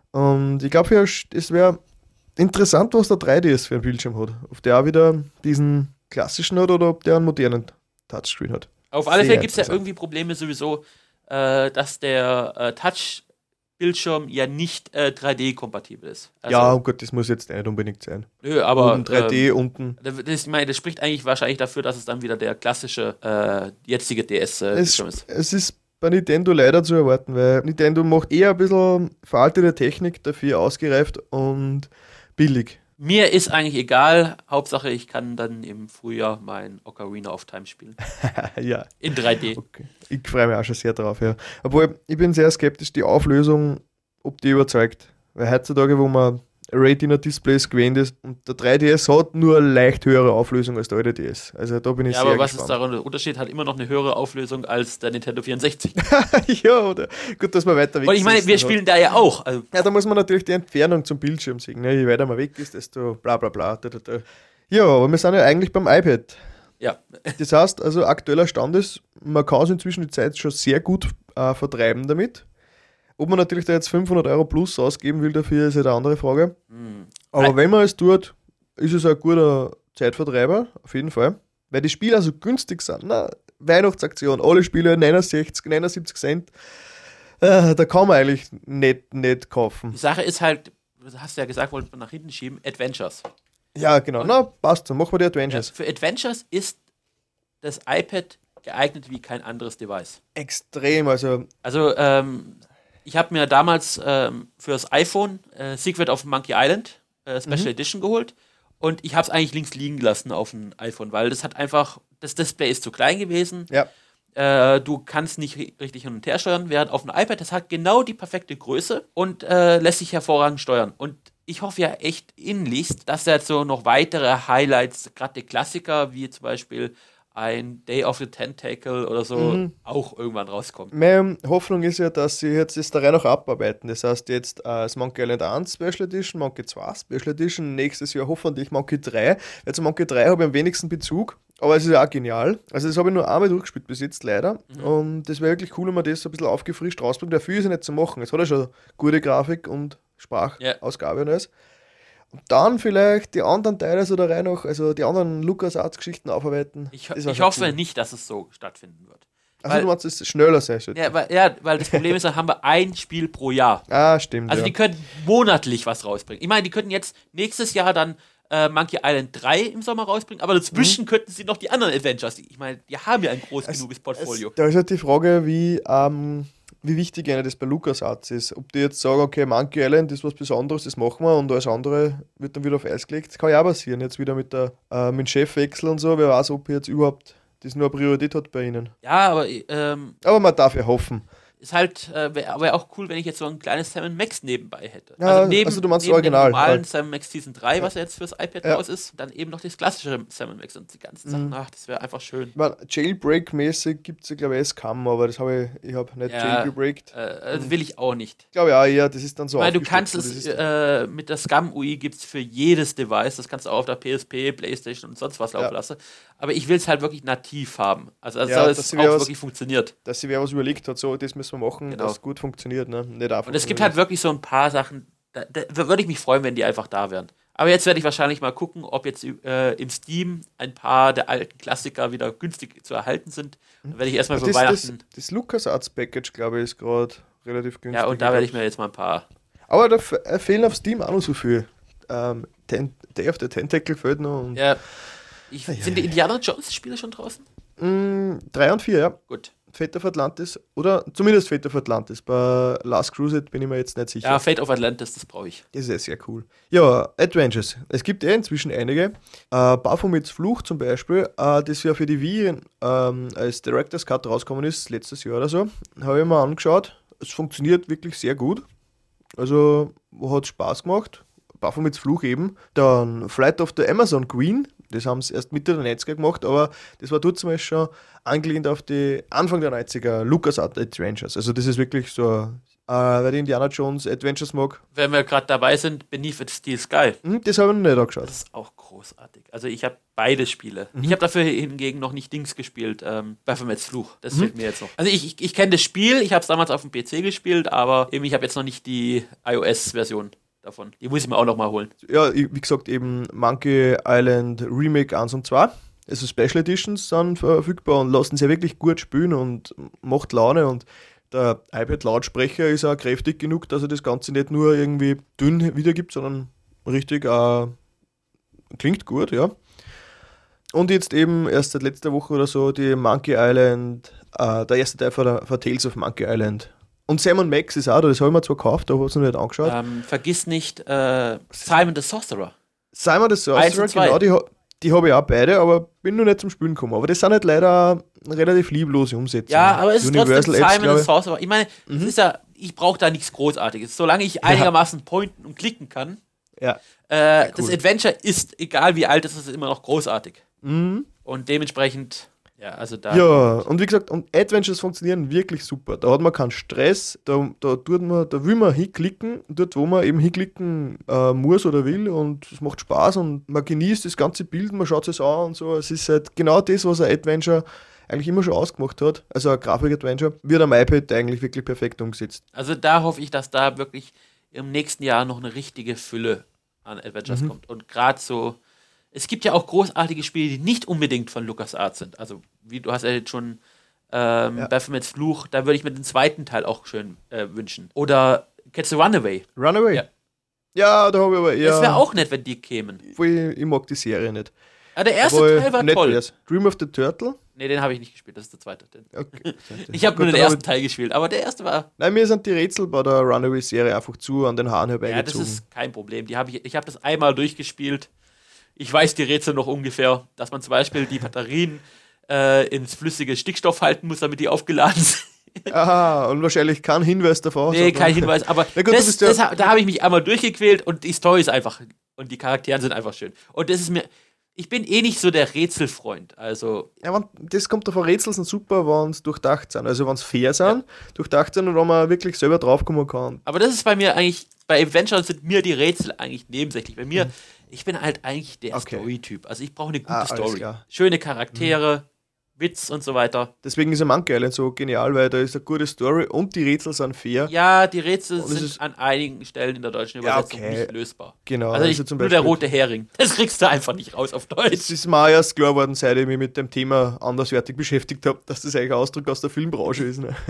Und ich glaube, ja, es wäre interessant, was der drei D S für einen Bildschirm hat. Ob der auch wieder diesen klassischen hat oder ob der einen modernen Touchscreen hat. Auf alle Sehr Fälle gibt es ja interessant. irgendwie Probleme sowieso, äh, dass der äh, Touch-Bildschirm ja nicht äh, drei D-kompatibel ist. Also, Ja, oh Gott, das muss jetzt nicht unbedingt sein. nö, aber Oben drei D, ähm, unten. das, ich meine, das spricht eigentlich wahrscheinlich dafür, dass es dann wieder der klassische äh, jetzige D Es, S-Bildschirm ist. es ist bei Nintendo leider zu erwarten, weil Nintendo macht eher ein bisschen veraltete Technik, dafür ausgereift und billig. Mir ist eigentlich egal, Hauptsache ich kann dann im Frühjahr mein Ocarina of Time spielen. Ja, In drei D. okay. Ich freue mich auch schon sehr drauf, ja. Obwohl, ich bin sehr skeptisch, die Auflösung, ob die überzeugt. Weil heutzutage, wo man Retina-Displays gewähnt ist und der drei D S hat nur eine leicht höhere Auflösung als der alte D S. Also da bin ich Ja, sehr aber was ist gespannt. daran der Unterschied? Hat immer noch eine höhere Auflösung als der Nintendo vierundsechzig. Ja, oder? Gut, dass man weiter weg Und ich meine, wir sitzen hat. spielen da ja auch. Also, Ja, da muss man natürlich die Entfernung zum Bildschirm sehen. Ne? Je weiter man weg ist, desto bla bla bla. Da, da, da. Ja, aber wir sind ja eigentlich beim iPad. ja. Das heißt, also aktueller Stand ist, man kann es inzwischen die Zeit schon sehr gut äh, vertreiben damit. Ob man natürlich da jetzt fünfhundert Euro plus ausgeben will dafür, ist ja eine andere Frage. Hm. Aber Ei- wenn man es tut, ist es ein guter Zeitvertreiber, auf jeden Fall. Weil die Spiele also günstig sind. Na, Weihnachtsaktion, alle Spiele neunundsechzig, neunundsiebzig Cent. Äh, da kann man eigentlich nicht, nicht kaufen. Die Sache ist halt, du hast ja gesagt, wollte man nach hinten schieben, Adventures. Ja, genau. Und- Na, passt so. Machen wir die Ja, Adventures. für Adventures ist das iPad geeignet wie kein anderes Device. Extrem, also Also, ähm, ich habe mir damals ähm, fürs iPhone äh, Secret of Monkey Island äh, Special Mhm. Edition geholt und ich habe es eigentlich links liegen gelassen auf dem iPhone, weil das hat einfach, das Display ist zu klein gewesen. ja. Äh, du kannst nicht ri- richtig hin und her steuern, während auf dem iPad, das hat genau die perfekte Größe und äh, lässt sich hervorragend steuern. Und ich hoffe ja echt inlichst, dass da jetzt so noch weitere Highlights, gerade die Klassiker, wie zum Beispiel ein Day of the Tentacle oder so, Mhm. auch irgendwann rauskommen. Meine Hoffnung ist ja, dass sie jetzt das da rein noch abarbeiten. Das heißt jetzt äh, das Monkey Island eins Special Edition, Monkey zwei Special Edition, nächstes Jahr hoffentlich Monkey drei. Weil zu Monkey drei habe ich am wenigsten Bezug, aber es ist ja auch genial. Also das habe ich nur einmal durchgespielt bis jetzt leider. Mhm. Und das wäre wirklich cool, wenn man das so ein bisschen aufgefrischt rausbringt. Dafür ist ja nicht zu machen. Es hat ja schon gute Grafik und Sprachausgabe und alles. Und dann vielleicht die anderen Teile so da rein noch, also die anderen LucasArts-Geschichten aufarbeiten. Ich, Das wär ich schon hoffe cool. nicht, dass es so stattfinden wird. Also weil- du meinst, dass es schneller sein sollte? Ja, weil, ja, weil das Problem ist, dann haben wir ein Spiel pro Jahr. Ah, stimmt. Also ja. die können monatlich was rausbringen. Ich meine, die könnten jetzt nächstes Jahr dann äh, Monkey Island drei im Sommer rausbringen, aber dazwischen könnten sie noch die anderen Adventures. Ich meine, die haben ja ein groß Es- genuges Portfolio. Es, da ist halt die Frage, wie, ähm, wie wichtig einer das bei LucasArts ist. Ob die jetzt sagen, okay, Monkey Island ist was Besonderes, das machen wir und alles andere wird dann wieder auf Eis gelegt. Das kann ja auch passieren, jetzt wieder mit, der, äh, mit dem Chefwechsel und so. Wer weiß, ob jetzt überhaupt das nur eine Priorität hat bei ihnen. Ja, aber ähm, Aber man darf ja hoffen. ist halt, äh, wäre wär auch cool, wenn ich jetzt so ein kleines Sam Max nebenbei hätte. Ja, also du meinst neben Original, dem normalen halt. Sam Max Season drei, was ja jetzt fürs iPad Ja. raus ist, dann eben noch das klassische Sam Max und die ganzen Mhm. Sachen. Ach, das wäre einfach schön. Ich meine, Jailbreak-mäßig gibt es ja, glaube ich, es kann, aber das habe ich, ich habe nicht Ja, jailgebreakt. Äh, das will ich auch nicht. Ich glaube ja eher, das ist dann so Weil du aufgestockt, kannst so, es das ist- äh, mit der Scum-U I gibt es für jedes Device, das kannst du auch auf der P S P, Playstation und sonst was laufen Ja. lassen. Aber ich will es halt wirklich nativ haben. Also, also Ja, dass dass es sie auch wieder was- wirklich funktioniert. dass sich wer was überlegt hat, so, das müssen wir machen, Genau. dass es gut funktioniert. Ne? Nicht einfach Und es gibt nur- halt wirklich so ein paar Sachen, da, da würde ich mich freuen, wenn die einfach da wären. Aber jetzt werde ich wahrscheinlich mal gucken, ob jetzt äh, im Steam ein paar der alten Klassiker wieder günstig zu erhalten sind. Dann werde ich erstmal für das, das, Weihnachten. das LucasArts-Package, glaube ich, ist gerade relativ günstig. Ja, und da werde ich mir jetzt mal ein paar. Aber da f- äh, fehlen auf Steam auch noch so viel. Ähm, Ten- Day of the Tentacle fehlt noch. Und Ja, ich, Ja, ja, sind die ja. Indiana Jones-Spiele schon draußen? Mm, drei und vier, ja. Gut. Fate of Atlantis. Oder zumindest Fate of Atlantis. Bei Last Crusade bin ich mir jetzt nicht sicher. Ja, Fate of Atlantis, das brauche ich. Das ist ja sehr cool. Ja, Adventures. Es gibt eh inzwischen einige. Äh, Baphomets Fluch zum Beispiel, äh, das ja für die Wii ähm, als Director's Cut rausgekommen ist, letztes Jahr oder so, habe ich mir angeschaut. Es funktioniert wirklich sehr gut. Also hat Spaß gemacht. Baphomets Fluch eben. Dann Flight of the Amazon Queen. Das haben sie erst Mitte der neunziger gemacht, aber das war damals schon angelehnt auf die Anfang der neunziger LucasArts Adventures. Also das ist wirklich so ein äh, weil ich Indiana Jones Adventures mag. Wenn wir gerade dabei sind, Beneath the Steel Sky. Hm, das habe ich noch nicht angeschaut. Das ist auch großartig. Also ich habe beide Spiele. Mhm. Ich habe dafür hingegen noch nicht Dings gespielt, ähm, Baphomets Fluch. Das fehlt mir jetzt noch. Also ich, ich, ich kenne das Spiel, ich habe es damals auf dem P C gespielt, aber eben ich habe jetzt noch nicht die iOS-Version davon. Die muss ich mir auch noch mal holen. Ja, ich- wie gesagt, eben Monkey Island Remake eins und zwei. Also Special Editions sind verfügbar und lassen sich wirklich gut spielen und macht Laune. Und der iPad-Lautsprecher ist auch kräftig genug, dass er das Ganze nicht nur irgendwie dünn wiedergibt, sondern richtig äh, klingt gut, ja. Und jetzt eben erst seit letzter Woche oder so die Monkey Island, äh, der erste Teil von, der, von Tales of Monkey Island. Und Sam und Max ist auch da, das habe ich mir zwar gekauft, aber habe es noch nicht angeschaut. Ähm, vergiss nicht äh, Simon the Sorcerer. Simon the Eins Sorcerer, und zwei. genau, die, ha- die habe ich auch beide, aber bin noch nicht zum Spielen gekommen. Aber das sind halt leider relativ lieblose Umsetzungen. Ja, aber es ist trotzdem Apps, Simon glaub the ich. Sorcerer. Ich meine, es ist ja, ich brauche da nichts Großartiges. Solange ich einigermaßen pointen und klicken kann, Ja. äh, cool. das Adventure ist, egal wie alt es ist, immer noch großartig. Mhm. Und dementsprechend, ja, also da. Ja, und wie gesagt, und Adventures funktionieren wirklich super. Da hat man keinen Stress, da, da, tut man, da will man hinklicken, dort wo man eben hinklicken äh, muss oder will, und es macht Spaß und man genießt das ganze Bild, man schaut es an und so. Es ist halt genau das, was ein Adventure eigentlich immer schon ausgemacht hat, also ein Grafik-Adventure, wird am iPad eigentlich wirklich perfekt umgesetzt. Also da hoffe ich, dass da wirklich im nächsten Jahr noch eine richtige Fülle an Adventures Mhm. kommt. Und gerade so, es gibt ja auch großartige Spiele, die nicht unbedingt von LucasArts sind. Also wie du hast ja jetzt schon ähm, Ja. Baphomets Fluch, da würde ich mir den zweiten Teil auch schön äh, wünschen. Oder Catch the Runaway. Runaway? Ja. Ja, da habe ich aber eher... Das wäre auch nett, wenn die kämen. Voll, ich mag die Serie nicht. Ja, der erste Aber Teil war nett toll. wär's. Dream of the Turtle? Nee, den habe ich nicht gespielt, das ist der zweite. Den. Okay. Ich habe Gut, nur den dann hab ersten Teil gespielt, aber der erste war. Nein, mir sind die Rätsel bei der Runaway-Serie einfach zu an den Haaren Ja, das herbeigezogen. ist kein Problem. Die hab ich ich habe das einmal durchgespielt. Ich weiß die Rätsel noch ungefähr, dass man zum Beispiel die Batterien äh, ins flüssige Stickstoff halten muss, damit die aufgeladen sind. Aha, und wahrscheinlich kein Hinweis davon. Nee, sondern- kein Hinweis. Aber Na gut, du das, bist ja- das, ha- da habe ich mich einmal durchgequält und die Story ist einfach. Und die Charaktere sind einfach schön. Und das ist mir. Ich bin eh nicht so der Rätselfreund. Also, Ja, wenn, das kommt davon, Rätsel sind super, wenn sie durchdacht sind. Also wenn sie fair sind, durchdacht sind und wenn man wirklich selber draufkommen kann. aber das ist bei mir eigentlich. Bei Adventures sind mir die Rätsel eigentlich nebensächlich. Bei mir, ich bin halt eigentlich der Okay. Story-Typ. Also ich brauche eine gute Ah, alles Story. klar. Schöne Charaktere, Witz und so weiter. Deswegen ist ein Monkey Island so genial, weil da ist eine gute Story und die Rätsel sind fair. Ja, die Rätsel Und es sind ist- an einigen Stellen in der deutschen Ja, Übersetzung okay. nicht lösbar. Genau, Also, ich, also zum nur der Beispiel- rote Hering. Das kriegst du einfach nicht raus auf Deutsch. Es ist mir auch erst klar geworden, seit ich mich mit dem Thema anderswertig beschäftigt habe, dass das eigentlich ein Ausdruck aus der Filmbranche ist. Ne?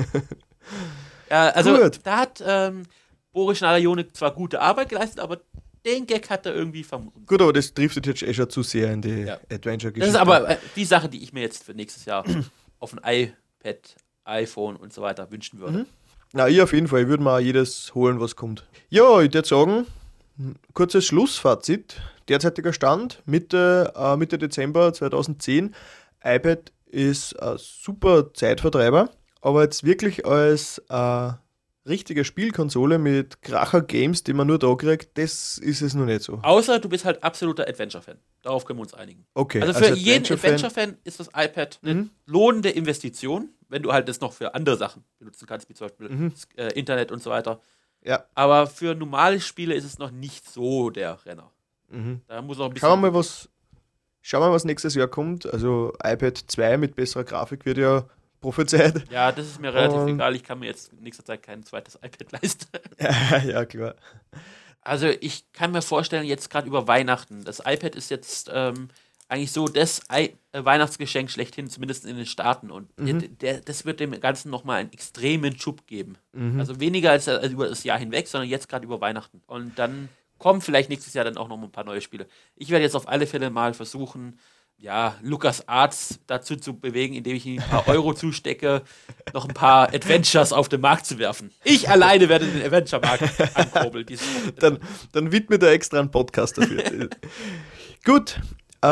Ja, also Gut. da hat ähm, Boris Schneider-Jone zwar gute Arbeit geleistet, aber den Gag hat er irgendwie vermutet. Gut, aber das trifft jetzt eh schon zu sehr in die Ja. Adventure-Geschichte. Das ist aber äh, die Sache, die ich mir jetzt für nächstes Jahr auf ein iPad, iPhone und so weiter wünschen würde. Mhm. Na, ich auf jeden Fall. Ich würde mir auch jedes holen, was kommt. Ja, ich würde sagen, kurzes Schlussfazit. Derzeitiger Stand, Mitte, äh, Mitte Dezember zweitausendzehn. iPad ist ein super Zeitvertreiber, aber jetzt wirklich als äh, richtige Spielkonsole mit Kracher-Games, die man nur da kriegt, das ist es noch nicht so. Außer du bist halt absoluter Adventure-Fan. Darauf können wir uns einigen. Okay, Also für jeden Adventure-Fan- Adventure-Fan ist das iPad eine Mhm. lohnende Investition, wenn du halt das noch für andere Sachen benutzen kannst, wie zum Beispiel Mhm. das, äh, Internet und so weiter. Ja. Aber für normale Spiele ist es noch nicht so der Renner. Mhm. Da muss noch ein bisschen. Schauen wir mal, was, schauen wir mal, was nächstes Jahr kommt. Also iPad zwei mit besserer Grafik wird ja prophezeit. Ja, das ist mir relativ Und- egal. Ich kann mir jetzt in nächster Zeit kein zweites iPad leisten. Ja, klar. Also ich kann mir vorstellen, jetzt gerade über Weihnachten, das iPad ist jetzt ähm, eigentlich so das I äh, Weihnachtsgeschenk schlechthin, zumindest in den Staaten. Und der, der, das wird dem Ganzen nochmal einen extremen Schub geben. Also weniger als, als über das Jahr hinweg, sondern jetzt gerade über Weihnachten. Und dann kommen vielleicht nächstes Jahr dann auch noch ein paar neue Spiele. Ich werde jetzt auf alle Fälle mal versuchen, ja, LucasArts dazu zu bewegen, indem ich ihnen ein paar Euro zustecke, noch ein paar Adventures auf den Markt zu werfen. Ich alleine werde den Adventure-Markt ankurbeln. dieses Wochenende. Dann, dann widmet er extra einen Podcast dafür. Gut. Äh,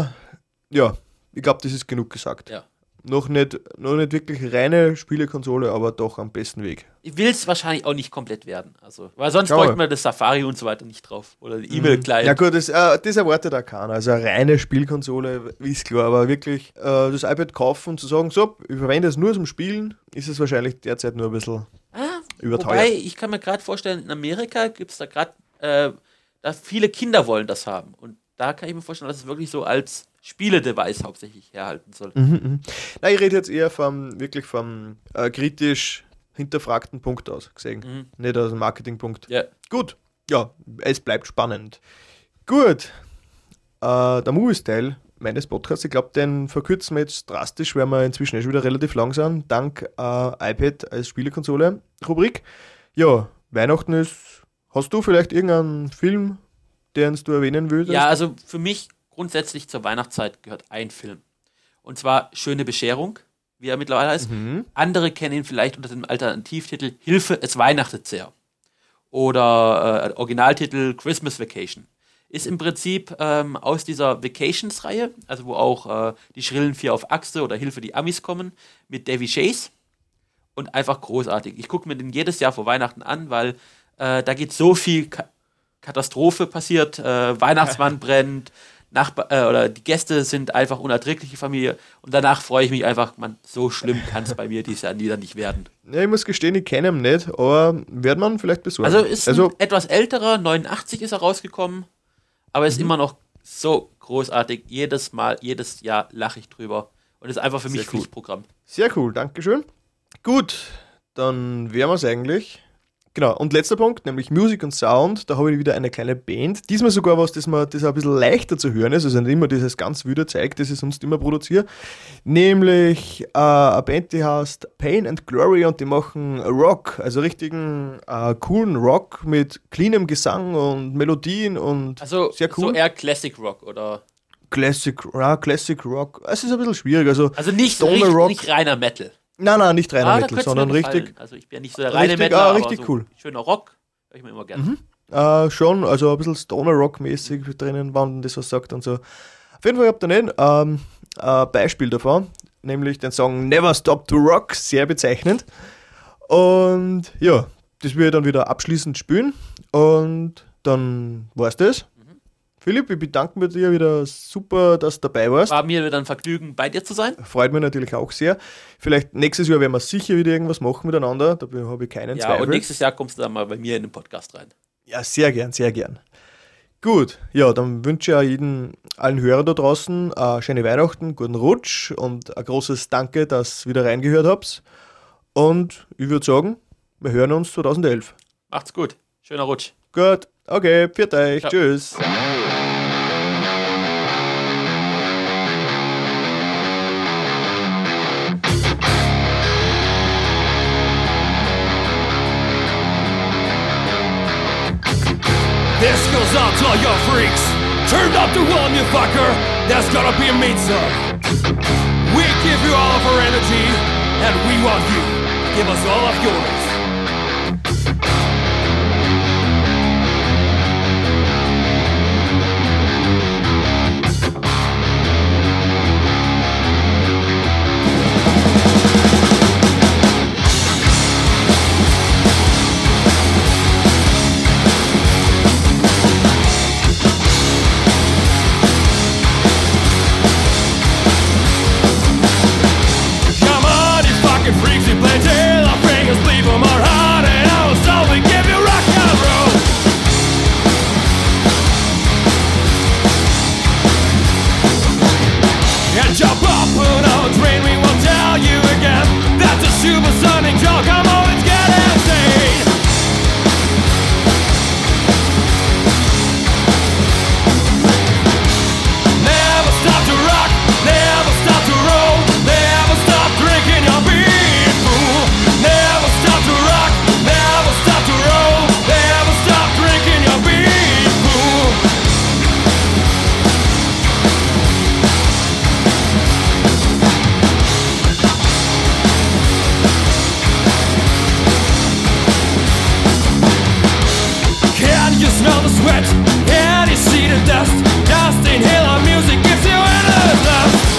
ja, ich glaube, das ist genug gesagt. Ja. Noch nicht, noch nicht wirklich reine Spielekonsole, aber doch am besten Weg. Ich will es wahrscheinlich auch nicht komplett werden. Also, weil sonst Schau bräuchte mal. man das Safari und so weiter nicht drauf. Oder die E-Mail-Client. Ja gut, das, äh, das erwartet auch keiner. Also eine reine Spielkonsole, ist klar, aber wirklich äh, das iPad kaufen und zu sagen, so, ich verwende es nur zum Spielen, ist es wahrscheinlich derzeit nur ein bisschen Ah, überteuert. Wobei, ich kann mir gerade vorstellen, in Amerika gibt es da gerade, äh, da viele Kinder wollen das haben. Und da kann ich mir vorstellen, dass es wirklich so als Spiele-Device hauptsächlich herhalten soll. Mhm, mhm. Nein, ich rede jetzt eher vom, wirklich vom äh, kritisch hinterfragten Punkt aus gesehen. Mhm. Nicht aus dem Marketingpunkt. Ja. Gut, ja, es bleibt spannend. Gut, äh, der Movie-Style meines Podcasts, ich glaube, den verkürzen wir jetzt drastisch, weil wir inzwischen eh schon wieder relativ lang sind, dank äh, iPad als Spielekonsole-Rubrik. Ja, Weihnachten ist, hast du vielleicht irgendeinen Film, den du erwähnen würdest? Ja, also für mich grundsätzlich zur Weihnachtszeit gehört ein Film. Und zwar Schöne Bescherung, wie er mittlerweile heißt. Mhm. Andere kennen ihn vielleicht unter dem Alternativtitel Hilfe, es weihnachtet sehr. Oder äh, Originaltitel Christmas Vacation. Ist im Prinzip ähm, aus dieser Vacations-Reihe, also wo auch äh, die schrillen Vier auf Achse oder Hilfe die Amis kommen, mit Davy Chase. Und einfach großartig. Ich gucke mir den jedes Jahr vor Weihnachten an, weil äh, da geht so viel Ka- Katastrophe passiert. Äh, Weihnachtsmann brennt, Nachbar- äh, oder die Gäste sind einfach unerträgliche Familie. Und danach freue ich mich einfach, man, so schlimm kann es bei mir dieses Jahr wieder nicht werden. Ja, ich muss gestehen, ich kenne ihn nicht, aber wird man vielleicht besorgen. Also ist also, ein etwas älterer, neunundachtzig ist er rausgekommen, aber ist Mhm. immer noch so großartig. Jedes Mal, jedes Jahr lache ich drüber. Und ist einfach für mich Sehr cool. Pflichtprogramm. Sehr cool, Dankeschön. Gut, dann wären wir es eigentlich. Genau, und letzter Punkt, nämlich Musik und Sound. Da habe ich wieder eine kleine Band. Diesmal sogar was, das mir das ein bisschen leichter zu hören ist. Also nicht immer dieses ganz wüde Zeug, das ich sonst immer produziere. Nämlich äh, eine Band, die heißt Pain and Glory und die machen Rock. Also richtigen äh, coolen Rock mit cleanem Gesang und Melodien und Also sehr so cool. eher Classic Rock oder. Classic, ja, Classic Rock. Es ist ein bisschen schwierig. Also, Also nicht, Stoner nicht, Rock. nicht reiner Metal. nein, nein, nicht reiner Ah, da Metal, könnte es sondern mir gefallen. richtig, Also ich bin ja nicht so der reine richtig, Metal, ah, aber richtig so cool. schöner Rock. Hör ich mir immer gerne. Mhm. Äh, schon, also ein bisschen Stoner-Rock-mäßig drinnen, wenn das was sagt und so. Auf jeden Fall habt ihr nicht ähm, ein Beispiel davon, nämlich den Song Never Stop to Rock, sehr bezeichnend. Und ja, das will ich dann wieder abschließend spielen und dann war's das. Mhm. Philipp, ich bedanke mich dir wieder super, dass du dabei warst. War mir wieder ein Vergnügen, bei dir zu sein. Freut mich natürlich auch sehr. Vielleicht nächstes Jahr werden wir sicher wieder irgendwas machen miteinander, da habe ich keinen Ja, Zweifel. und nächstes Jahr kommst du dann mal bei mir in den Podcast rein. Ja, sehr gern, sehr gern. Gut, ja, dann wünsche ich auch jeden, allen Hörern da draußen äh, schöne Weihnachten, guten Rutsch und ein großes Danke, dass ihr wieder reingehört habt. Und ich würde sagen, wir hören uns zweitausendelf. Macht's gut. Schöner Rutsch. Gut, okay, pfiat euch, Ciao. tschüss. This goes out to all your freaks. Turn up the one, you fucker. That's gonna be a meat sir. We give you all of our energy, and we want you. Give us all of yours. Come on, you fucking freaks, you play tail our fingers, leave them our heart, and I will stop and give you rock and roll. And jump up on our train, we won't tell you again. That's a supersonic joke, I'm always getting insane. Never stop to rock, never stop to roll, never stop drinking your beer, fool. Never stop to rock, never stop to roll, never stop drinking your beer, fool. Can you smell the sweat? Can you see the dust? Just inhale our music gives you endless lust.